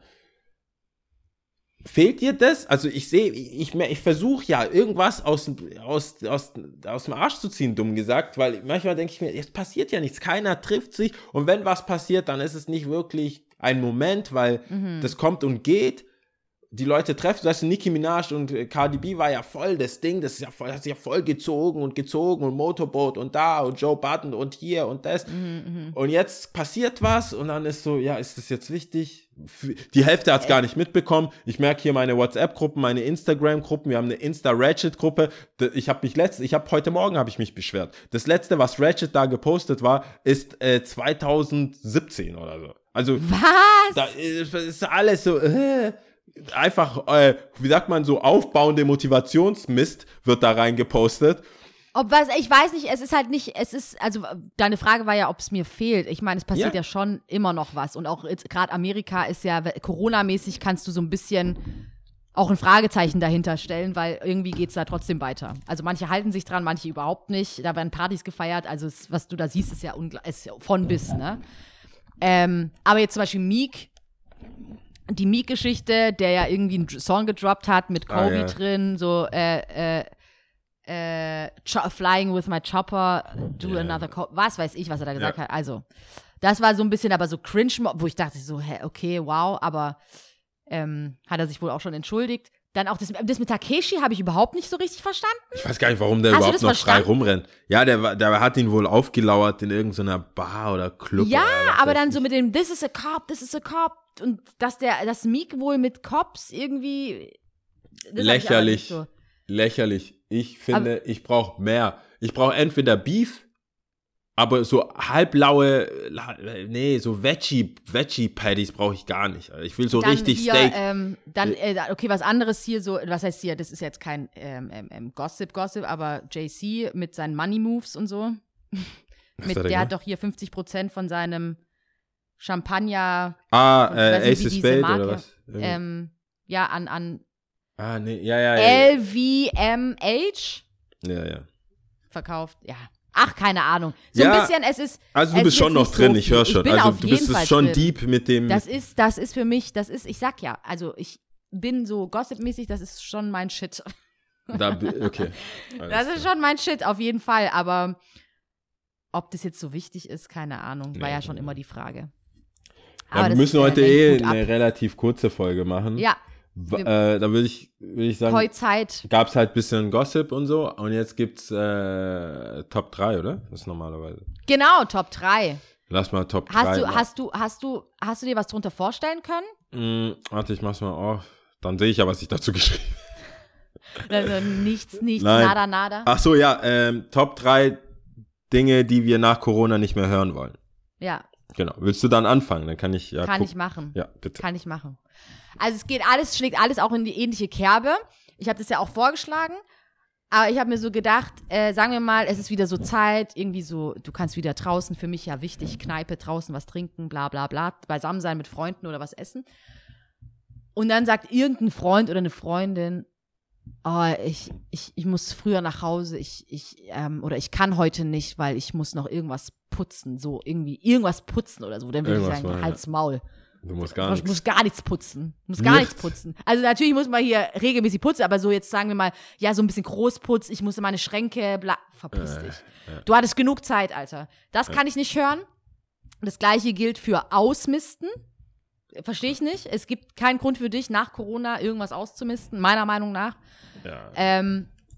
Fehlt dir das? Also ich versuche ja irgendwas aus dem Arsch zu ziehen, dumm gesagt, weil manchmal denke ich mir, es passiert ja nichts, keiner trifft sich und wenn was passiert, dann ist es nicht wirklich ein Moment, weil das kommt und geht. Die Leute treffen, das heißt, Nicki Minaj und Cardi B war ja voll das Ding, das hat sich ja voll gezogen und Motorboat und da und Joe Budden und hier und das. Und jetzt passiert was und dann ist so, ja, ist das jetzt wichtig? Die Hälfte hat es gar nicht mitbekommen. Ich merke hier meine WhatsApp-Gruppen, meine Instagram-Gruppen, wir haben eine Insta-Ratchet-Gruppe. Heute Morgen habe ich mich beschwert. Das letzte, was Ratchet da gepostet war, ist 2017 oder so. Also, was? Da ist alles so, einfach, wie sagt man, so aufbauende Motivationsmist wird da reingepostet. Ich weiß nicht, also deine Frage war ja, ob es mir fehlt. Ich meine, es passiert ja schon immer noch was. Und auch gerade Amerika ist ja, Corona-mäßig kannst du so ein bisschen auch ein Fragezeichen dahinter stellen, weil irgendwie geht es da trotzdem weiter. Also manche halten sich dran, manche überhaupt nicht. Da werden Partys gefeiert. Also was du da siehst, ist ja von bis, ne? Aber jetzt zum Beispiel Meek, die Meek-Geschichte, der ja irgendwie einen Song gedroppt hat mit Kobe drin, so Flying with my chopper, another was weiß ich, was er da gesagt hat. Also, das war so ein bisschen aber so cringe, wo ich dachte so, okay, wow, aber hat er sich wohl auch schon entschuldigt. Dann auch das mit Takeshi habe ich überhaupt nicht so richtig verstanden. Ich weiß gar nicht, warum der überhaupt noch frei rumrennt. Ja, der hat ihn wohl aufgelauert in irgendeiner Bar oder Club. Ja, aber dann so mit dem This is a cop. Und dass Meek wohl mit Cops irgendwie lächerlich. Ich finde, ich brauche mehr. Ich brauche entweder Beef, aber so halblaue, so Veggie-Patties brauche ich gar nicht. Ich will so dann richtig hier, Steak. Okay, was anderes hier so, was heißt hier, das ist jetzt kein Gossip, aber JC mit seinen Money-Moves und so. Der hat doch hier 50% von seinem Champagner. Ace of Spades oder was? Ja, an LVMH verkauft, ja. Ach, keine Ahnung. So ein bisschen, es ist. Also du bist schon noch drin, ich höre schon. Also du bist es schon deep mit dem. Das ist für mich, ich sag ja, also ich bin so gossipmäßig, das ist schon mein Shit. Okay. Das ist schon mein Shit, auf jeden Fall. Aber ob das jetzt so wichtig ist, keine Ahnung, war ja schon immer die Frage. Aber wir müssen heute eine relativ kurze Folge machen. Ja. Da würde ich sagen, gab es halt ein bisschen Gossip und so und jetzt gibt's Top 3, oder? Das ist normalerweise. Genau, Top 3. Lass mal Top 3. Hast du dir was drunter vorstellen können? Warte, ich mach's mal auf. Dann sehe ich ja, was ich dazu geschrieben habe. Also nichts, nada. Ach so, ja, Top 3 Dinge, die wir nach Corona nicht mehr hören wollen. Ja. Genau. Willst du dann anfangen? Dann kann ich ich machen. Ja, bitte. Kann ich machen. Also schlägt alles auch in die ähnliche Kerbe. Ich habe das ja auch vorgeschlagen, aber ich habe mir so gedacht, sagen wir mal, es ist wieder so Zeit, irgendwie so, du kannst wieder draußen, für mich ja wichtig, Kneipe, draußen was trinken, bla bla bla, beisammen sein mit Freunden oder was essen. Und dann sagt irgendein Freund oder eine Freundin, ich muss früher nach Hause, oder ich kann heute nicht, weil ich muss noch irgendwas putzen, so irgendwie irgendwas putzen oder so. Dann würde ich sagen, Hals, Maul. Du musst gar nichts. Ich muss gar nichts putzen. Also natürlich muss man hier regelmäßig putzen, aber so jetzt sagen wir mal, ja, so ein bisschen Großputz, ich muss in meine Schränke, verpiss dich. Ja. Du hattest genug Zeit, Alter. Das kann ich nicht hören. Das Gleiche gilt für Ausmisten. Verstehe ich nicht. Es gibt keinen Grund für dich, nach Corona irgendwas auszumisten, meiner Meinung nach. Ja.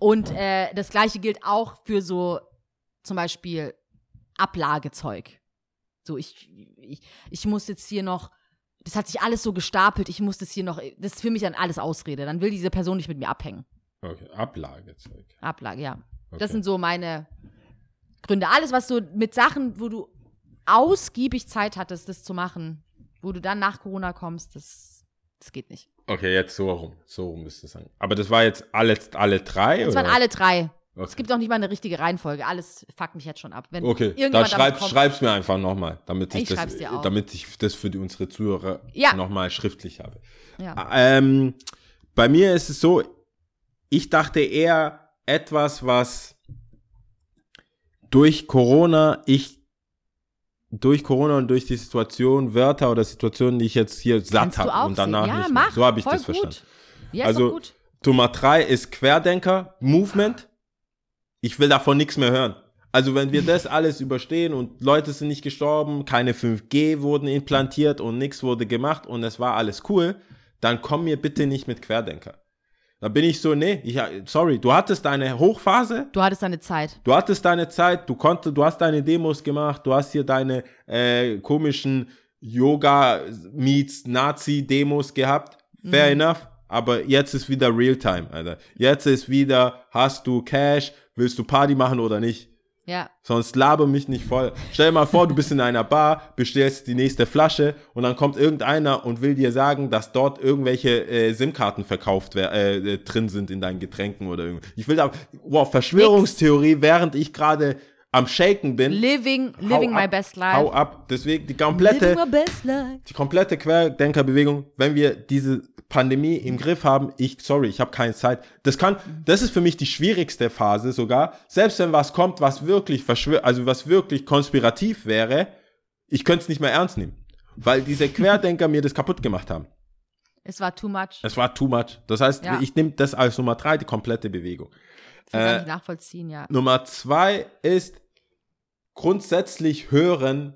Und das Gleiche gilt auch für so zum Beispiel Ablagezeug. So, ich muss jetzt hier noch, das hat sich alles so gestapelt, ich muss das hier noch, das ist für mich dann alles Ausrede. Dann will diese Person nicht mit mir abhängen. Okay, Ablagezeug. Ablage, ja. Okay. Das sind so meine Gründe. Alles, was so mit Sachen, wo du ausgiebig Zeit hattest, das zu machen, wo du dann nach Corona kommst, das geht nicht. Okay, jetzt so rum müsste es sein. Aber das war jetzt alle drei? Das waren alle 3. Okay. Es gibt auch nicht mal eine richtige Reihenfolge. Alles fuckt mich jetzt schon ab. Wenn Okay, dann irgendjemand schreib's mir einfach nochmal, damit ich das für unsere Zuhörer nochmal schriftlich habe. Ja. Bei mir ist es so, ich dachte eher etwas, was durch Corona und durch die Situation, Wörter oder Situationen, die ich jetzt hier satt habe und danach nicht mehr. So habe ich das verstanden. Ja, also, ist doch gut. Nummer 3 ist Querdenker-Movement. Ich will davon nichts mehr hören. Also wenn wir das alles überstehen und Leute sind nicht gestorben, keine 5G wurden implantiert und nichts wurde gemacht und es war alles cool, dann komm mir bitte nicht mit Querdenker. Da bin ich so, sorry, du hattest deine Hochphase. Du hattest deine Zeit. Du hast deine Demos gemacht, du hast hier deine komischen Yoga-Meets-Nazi-Demos gehabt. Fair enough. Aber jetzt ist wieder Realtime, Alter. Jetzt ist wieder, hast du Cash, willst du Party machen oder nicht? Ja. Sonst laber mich nicht voll. Stell dir mal vor, du bist in einer Bar, bestellst die nächste Flasche und dann kommt irgendeiner und will dir sagen, dass dort irgendwelche SIM-Karten verkauft drin sind in deinen Getränken oder irgendwas. Ich will da, Verschwörungstheorie, während ich gerade am Shaken bin. Living my best life. Hau ab. Deswegen die komplette Querdenkerbewegung, wenn wir diese Pandemie im Griff haben, ich habe keine Zeit. Das ist für mich die schwierigste Phase sogar. Selbst wenn was kommt, was wirklich was wirklich konspirativ wäre, ich könnte es nicht mehr ernst nehmen. Weil diese Querdenker mir das kaputt gemacht haben. Es war too much. Das heißt, ich nehme das als Nummer 3, die komplette Bewegung. Das kann ich nachvollziehen, ja. Nummer 2 ist grundsätzlich hören,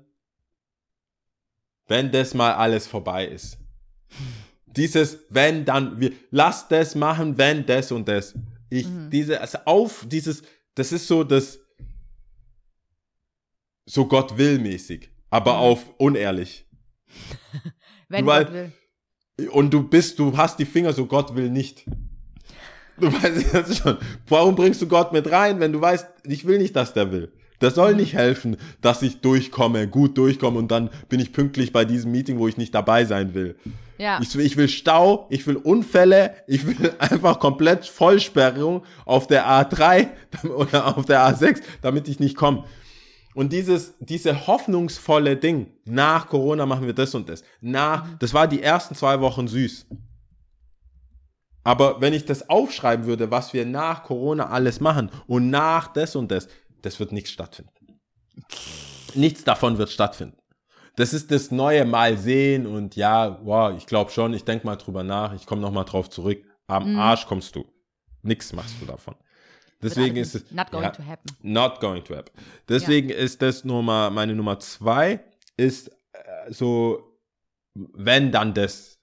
wenn das mal alles vorbei ist. Dieses, wenn, dann, lass das machen, wenn das und das. Das ist so das, so Gott will mäßig, aber auf unehrlich. Wenn Gott will. Und du hast die Finger so, Gott will nicht. Du weißt das schon. Warum bringst du Gott mit rein, wenn du weißt, ich will nicht, dass der will? Das soll nicht helfen, dass ich gut durchkomme und dann bin ich pünktlich bei diesem Meeting, wo ich nicht dabei sein will. Ja. Ich will Stau, ich will Unfälle, ich will einfach komplett Vollsperrung auf der A3 oder auf der A6, damit ich nicht komme. Und diese hoffnungsvolle Ding, nach Corona machen wir das und das. Das war die ersten 2 Wochen süß. Aber wenn ich das aufschreiben würde, was wir nach Corona alles machen und nach das und das wird nichts stattfinden. Nichts davon wird stattfinden. Das ist das neue Mal sehen und ich glaube schon, ich denke mal drüber nach, ich komme nochmal drauf zurück. Am Arsch kommst du. Nichts machst du davon. Deswegen ist es not going to happen. Not going to happen. Deswegen ist das meine Nummer 2, ist so, wenn das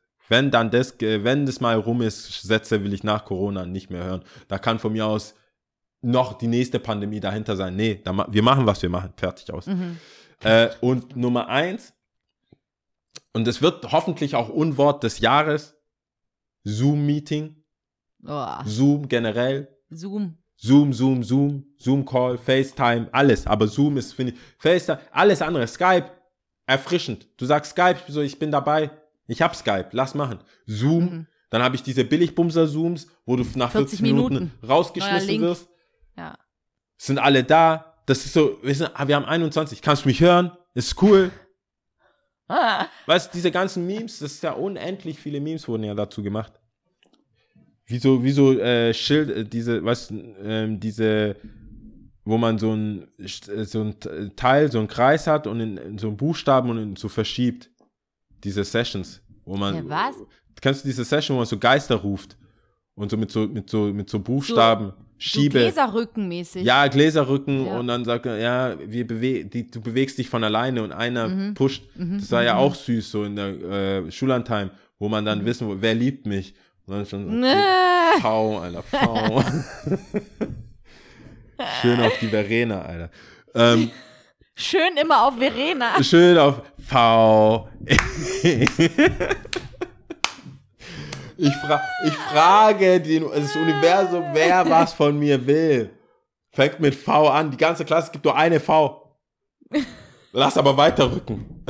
mal rum ist, Sätze will ich nach Corona nicht mehr hören. Da kann von mir aus noch die nächste Pandemie dahinter sein. Nee, wir machen, was wir machen. Fertig aus. Und Nummer 1, und es wird hoffentlich auch Unwort des Jahres, Zoom-Meeting. Zoom generell. Zoom, Zoom-Call, FaceTime, alles. Aber Zoom ist, finde ich, FaceTime, alles andere. Skype, erfrischend. Du sagst Skype, so, ich bin dabei. Ich hab Skype, lass machen. Zoom, dann habe ich diese Billigbumser-Zooms, wo du nach 40 Minuten rausgeschmissen wirst. Ja. Sind alle da. Das ist so, wir haben 21. Kannst du mich hören? Ist cool. Weißt du, diese ganzen Memes, das ist ja unendlich viele Memes wurden ja dazu gemacht. Wie so Schild, diese, wo man so ein Teil, so einen Kreis hat und in so einen Buchstaben und so verschiebt. Diese Sessions, wo man. Ja, was? Kennst du diese Session, wo man so Geister ruft und so mit so Buchstaben schiebe. So Gläserrücken-mäßig. Ja, Gläserrücken und dann sagt er, du bewegst dich von alleine und einer pusht. Das war ja auch süß, so in der Schullandheim, wo man dann wissen, wer liebt mich. Und dann schon, V, Alter, V. Schön auf die Verena, Alter. Schön immer auf Verena. Schön auf V. Ich frage das Universum, wer was von mir will. Fängt mit V an. Die ganze Klasse gibt nur eine V. Lass aber weiterrücken.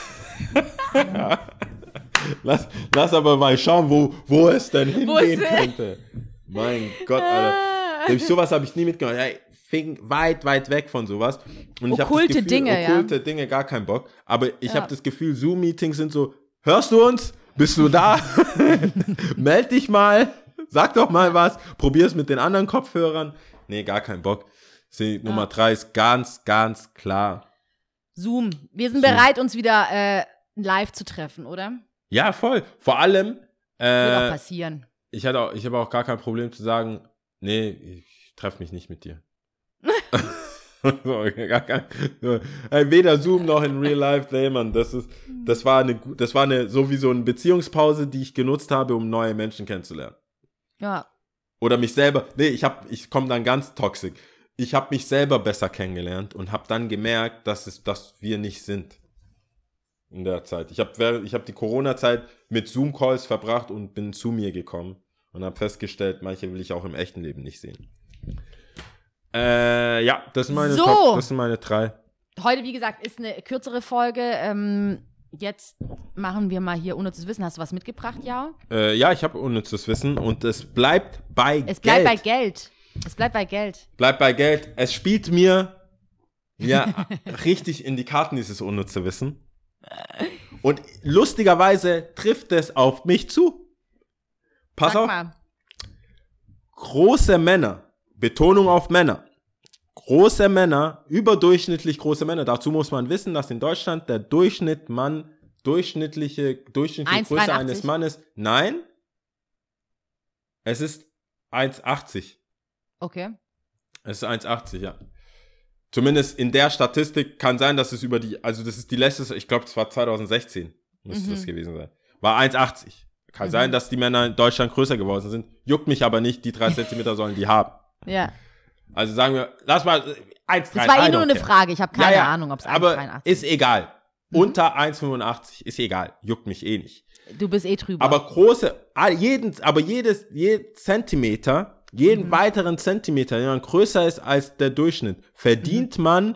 Lass aber mal schauen, wo es denn hingehen könnte. Mein Gott, Alter. Sowas habe ich nie mitgemacht. Ja, fing weit weg von sowas. Und okkulte ich Dinge, Dinge, Dinge, gar keinen Bock. Aber ich habe das Gefühl, Zoom-Meetings sind so, hörst du uns? Bist du da? Meld dich mal. Sag doch mal was. Probier es mit den anderen Kopfhörern. Nee, gar keinen Bock. Nummer 3 ist ganz, ganz klar. Zoom. Wir sind bereit, uns wieder live zu treffen, oder? Ja, voll. Vor allem. Wird auch passieren. Ich habe auch gar kein Problem zu sagen, nee, ich treffe mich nicht mit dir. Weder Zoom noch in Real Life, nee, Mann. Das war sowieso eine Beziehungspause, die ich genutzt habe, um neue Menschen kennenzulernen. Ja. Oder mich selber, ich komme dann ganz toxisch. Ich habe mich selber besser kennengelernt und habe dann gemerkt, dass wir nicht sind. In der Zeit. Ich hab die Corona-Zeit mit Zoom-Calls verbracht und bin zu mir gekommen und habe festgestellt, manche will ich auch im echten Leben nicht sehen. Ja, das sind meine Top, das sind meine 3. Heute, wie gesagt, ist eine kürzere Folge. Jetzt machen wir mal hier unnützes Wissen. Hast du was mitgebracht, ja? Ja, ich habe unnützes Wissen und es bleibt bei Geld. Es bleibt bei Geld. Bleibt bei Geld. Es spielt mir richtig in die Karten, dieses unnütze Wissen. Und lustigerweise trifft es auf mich zu. Pass auf. Mal. Große Männer, Betonung auf Männer, große Männer, überdurchschnittlich große Männer. Dazu muss man wissen, dass in Deutschland der durchschnittliche Größe eines Mannes, nein, es ist 1,80. Okay. Es ist 1,80, ja. Zumindest in der Statistik kann sein, dass es das ist die letzte, ich glaube, es war 2016, müsste das gewesen sein. War 1,80. Kann sein, dass die Männer in Deutschland größer geworden sind. Juckt mich aber nicht, die 3 Zentimeter sollen die haben. Ja. Also sagen wir, lass mal 1,83. Das war nur eine Frage, ich habe keine Ahnung, ob es 1,83 ist. Aber ist egal. Unter 1,85 ist egal, juckt mich eh nicht. Du bist eh drüber. Aber jeden Zentimeter, jeden weiteren Zentimeter, der größer ist als der Durchschnitt, verdient man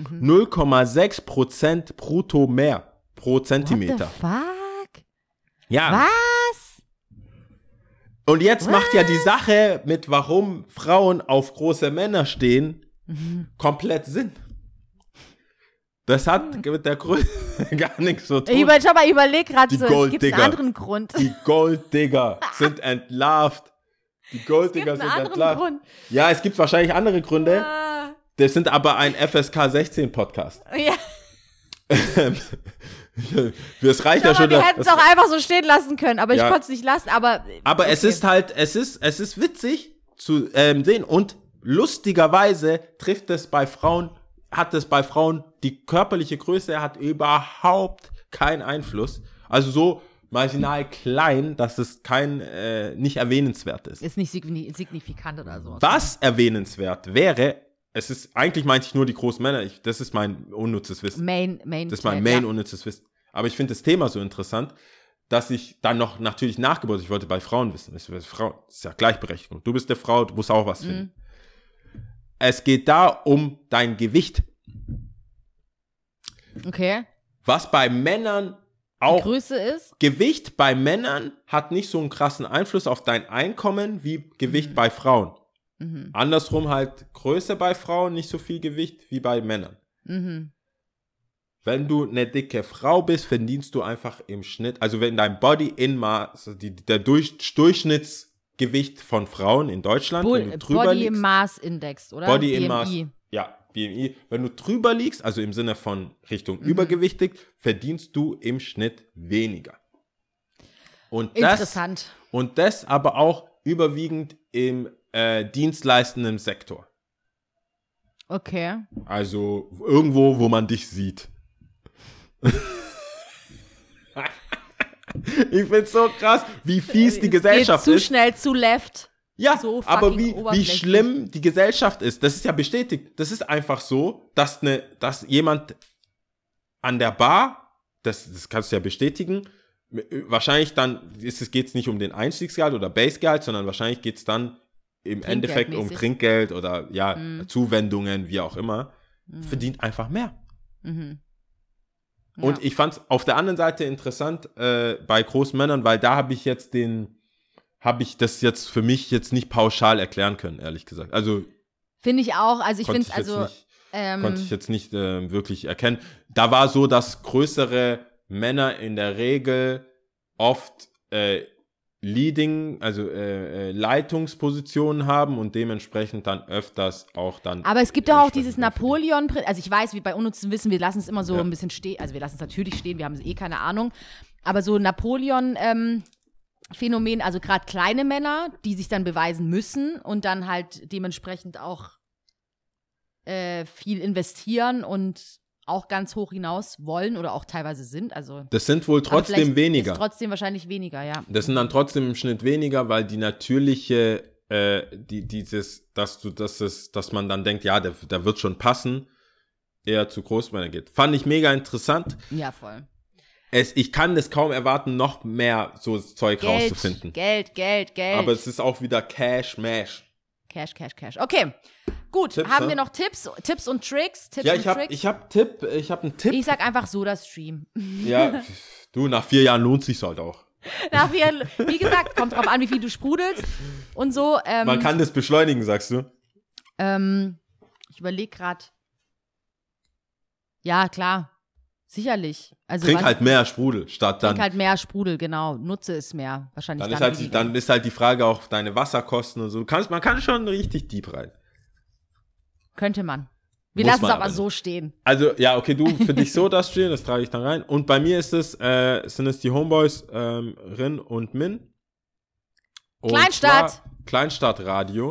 0,6% brutto mehr pro Zentimeter. What the fuck? Ja. Was? Und jetzt macht ja die Sache mit, warum Frauen auf große Männer stehen, komplett Sinn. Das hat mit der Größe gar nichts zu tun. Ich überleg gerade so, es gibt einen Golddigger. anderen Grund. Die Golddigger sind entlarvt. Die Golddigger sind entlarvt. Grund. Ja, es gibt wahrscheinlich andere Gründe. Das sind aber ein FSK 16 Podcast. Ja. Das reicht ja schon. Wir hätten es auch einfach so stehen lassen können, aber ich konnte es nicht lassen. Aber okay. Es ist halt, es ist witzig zu sehen und lustigerweise hat es bei Frauen, die körperliche Größe hat überhaupt keinen Einfluss. Also so marginal klein, dass es nicht erwähnenswert ist. Ist nicht signifikant oder so. Was erwähnenswert wäre, eigentlich meinte ich nur die großen Männer, das ist mein unnützes Wissen. Das ist mein unnützes Wissen. Aber ich finde das Thema so interessant, dass ich dann noch natürlich nachgebaut, ich wollte bei Frauen wissen. Das ist ja Gleichberechtigung. Du bist eine Frau, du musst auch was finden. Es geht da um dein Gewicht. Okay. Was bei Männern auch die Größe ist? Gewicht bei Männern hat nicht so einen krassen Einfluss auf dein Einkommen wie Gewicht bei Frauen. Andersrum halt Größe bei Frauen, nicht so viel Gewicht wie bei Männern. Wenn du eine dicke Frau bist, verdienst du einfach im Schnitt, also wenn dein Body in Mass, der Durchschnittsgewicht von Frauen in Deutschland, wenn du drüber Body liegst, Mass Index, oder? Body in Mass, ja, BMI. Wenn du drüber liegst, also im Sinne von Richtung übergewichtig, verdienst du im Schnitt weniger. Interessant. Und das aber auch überwiegend im dienstleistenden Sektor. Okay. Also irgendwo, wo man dich sieht. Ich find's so krass, wie fies die Gesellschaft geht ist. Zu schnell zu left. Ja, so aber fucking wie oberflächlich. schlimm die Gesellschaft ist, das ist ja bestätigt. Das ist einfach so, dass jemand an der Bar, das kannst du ja bestätigen, wahrscheinlich dann geht es nicht um den Einstiegsgehalt oder Basegehalt, sondern wahrscheinlich geht es dann im Endeffekt um Trinkgeld oder Zuwendungen, wie auch immer, verdient einfach mehr. Mhm. Ja. Und ich fand es auf der anderen Seite interessant bei großen Männern, weil da habe ich das jetzt für mich jetzt nicht pauschal erklären können, ehrlich gesagt. Also finde ich auch, also ich finde es, konnte ich jetzt nicht wirklich erkennen. Da war so, dass größere Männer in der Regel oft Leitungspositionen haben und dementsprechend dann öfters auch dann. Aber es gibt doch auch dieses Napoleon, also ich weiß, wie bei unnützem Wissen, wir lassen es immer so ein bisschen stehen, also wir lassen es natürlich stehen, wir haben keine Ahnung, aber so Napoleon Phänomen, also gerade kleine Männer, die sich dann beweisen müssen und dann halt dementsprechend auch viel investieren und auch ganz hoch hinaus wollen oder auch teilweise sind. Also das sind wohl trotzdem weniger. Ist trotzdem wahrscheinlich weniger, ja. Das sind dann trotzdem im Schnitt weniger, weil die natürliche, dass man dann denkt, ja, der wird schon passen, eher zu Großmänner geht. Fand ich mega interessant. Ja, voll. Ich kann das kaum erwarten, noch mehr so Zeug rauszufinden. Geld. Aber es ist auch wieder Cash. Okay, gut. Tipps, haben wir noch Tipps und Tricks? Ich habe einen Tipp. Ich sag einfach Soda-Stream. Ja, du, nach 4 Jahren lohnt sich's halt auch. Wie gesagt, kommt drauf an, wie viel du sprudelst und so. Man kann das beschleunigen, sagst du? Ich überlege gerade. Ja, klar. Sicherlich. Also Trink halt mehr Sprudel statt dann. Trink halt mehr Sprudel, genau. Nutze es mehr. Wahrscheinlich dann ist halt die Frage auch deine Wasserkosten und so. Man kann schon richtig deep rein. Könnte man. Wir lassen es aber so stehen. Also, ja, okay, du, für dich so das stehen, das trage ich dann rein. Und bei mir sind es die Homeboys Rin und Min. Und Kleinstadtradio.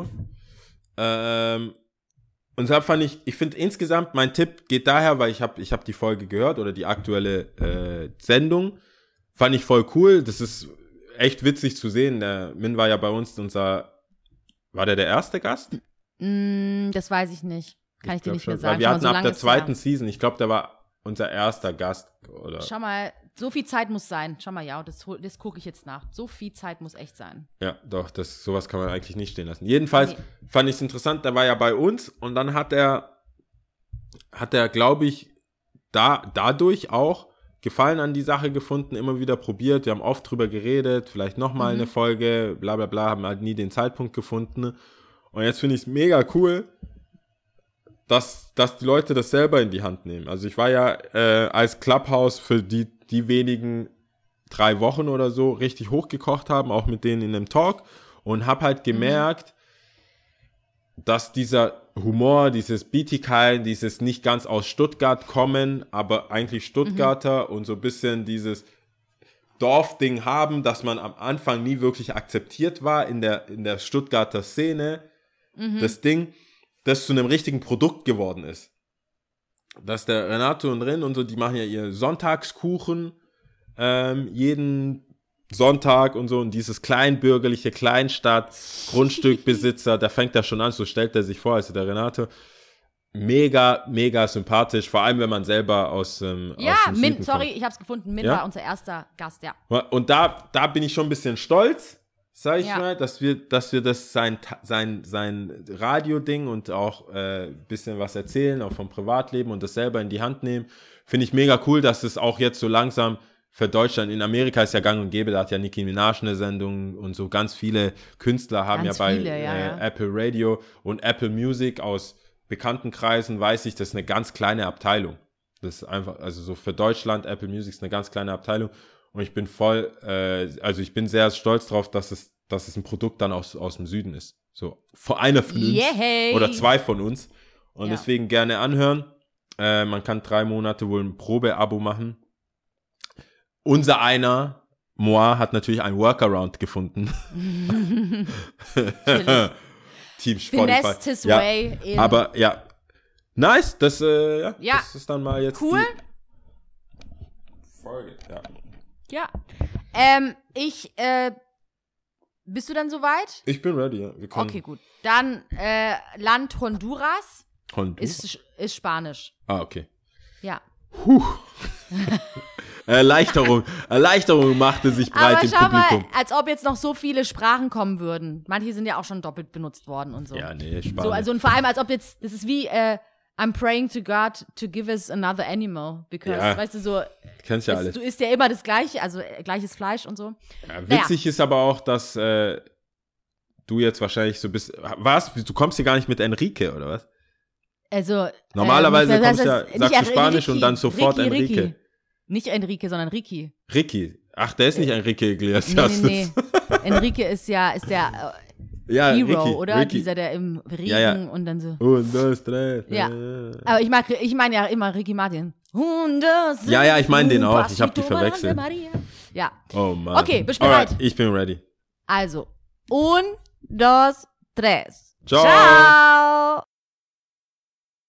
Und da ich finde insgesamt, mein Tipp geht daher, weil ich hab die Folge gehört oder die aktuelle Sendung. Fand ich voll cool. Das ist echt witzig zu sehen. Der Min war ja bei uns war der erste Gast? Das weiß ich nicht. Kann ich dir nicht mehr sagen. Weil wir hatten ab der zweiten Season, ich glaube, der war unser erster Gast. Oder? Schau mal, so viel Zeit muss sein. Schau mal, ja, das gucke ich jetzt nach. So viel Zeit muss echt sein. Ja, doch, sowas kann man eigentlich nicht stehen lassen. Jedenfalls fand ich es interessant, der war ja bei uns und dann hat er, glaube ich, dadurch auch Gefallen an die Sache gefunden, immer wieder probiert. Wir haben oft drüber geredet, vielleicht nochmal eine Folge, bla bla bla, haben halt nie den Zeitpunkt gefunden. Und jetzt finde ich es mega cool, dass die Leute das selber in die Hand nehmen. Also ich war ja als Clubhouse für die wenigen 3 Wochen oder so richtig hochgekocht haben, auch mit denen in einem Talk und habe halt gemerkt, dass dieser Humor, dieses Bietigheim, dieses nicht ganz aus Stuttgart kommen, aber eigentlich Stuttgarter und so ein bisschen dieses Dorfding haben, dass man am Anfang nie wirklich akzeptiert war in der Stuttgarter Szene, das Ding, das zu einem richtigen Produkt geworden ist. Dass der Renato und Rin und so, die machen ja ihr Sonntagskuchen jeden Sonntag und so und dieses kleinbürgerliche Kleinstadt-Grundstückbesitzer, da fängt er schon an, so stellt er sich vor, also der Renato. Mega, mega sympathisch, vor allem wenn man selber aus dem Süden kommt. Ich hab's gefunden, Min war unser erster Gast, ja. Und da bin ich schon ein bisschen stolz, sag ich mal, dass wir das sein Radio-Ding und auch ein bisschen was erzählen, auch vom Privatleben und das selber in die Hand nehmen. Finde ich mega cool, dass es auch jetzt so langsam für Deutschland, in Amerika ist ja gang und gäbe, da hat ja Nicki Minaj eine Sendung und so ganz viele Künstler haben bei Apple Radio und Apple Music aus bekannten Kreisen, weiß ich, das ist eine ganz kleine Abteilung. Das ist einfach, also so für Deutschland, Apple Music ist eine ganz kleine Abteilung. Und ich bin ich bin sehr stolz drauf, dass es ein Produkt dann aus dem Süden ist. So, vor einer von uns oder 2 von uns. Und deswegen gerne anhören. Man kann 3 Monate wohl ein Probeabo machen. Unser einer, Moa, hat natürlich ein Workaround gefunden. Team Spotify. His way in. Aber ja, nice. Das ist dann mal jetzt cool. Die Folge. Ja. Ich Bist du dann soweit? Ich bin ready, ja. Wir können Okay, gut. Dann Land Honduras Honduras. ist Spanisch. Ah, okay. Ja. Erleichterung machte sich breit Aber im schau Publikum. mal, als ob jetzt noch so viele Sprachen kommen würden. Manche sind ja auch schon doppelt benutzt worden und so. Ja, nee, Spanisch. So, also und vor allem, als ob jetzt, das ist wie, I'm praying to God to give us another animal. Because, Ja. weißt du, so, Du kennst ja alles. du isst ja immer das Gleiche, also gleiches Fleisch und so. Ja, witzig ist aber auch, dass du jetzt wahrscheinlich so bist. Was? Du kommst hier gar nicht mit Enrique, oder was? Also, Normalerweise sagst du Spanisch und dann sofort Enrique. Nicht Enrique, sondern Ricky. Ricky. Ach, der ist nicht Enrique Iglesias. Nee. Enrique ist der Ja, Hero, Ricky, oder? Ricky. Dieser, der im Regen Ja. und dann so. Und das drei. Ja. Aber ich meine ja immer Ricky Martin. Ja, ich meine den auch. Ich habe die verwechselt. Ja. Oh Mann. Okay, bist du bereit? Alright, ich bin ready. Also, un, dos, tres. Ciao. Ciao.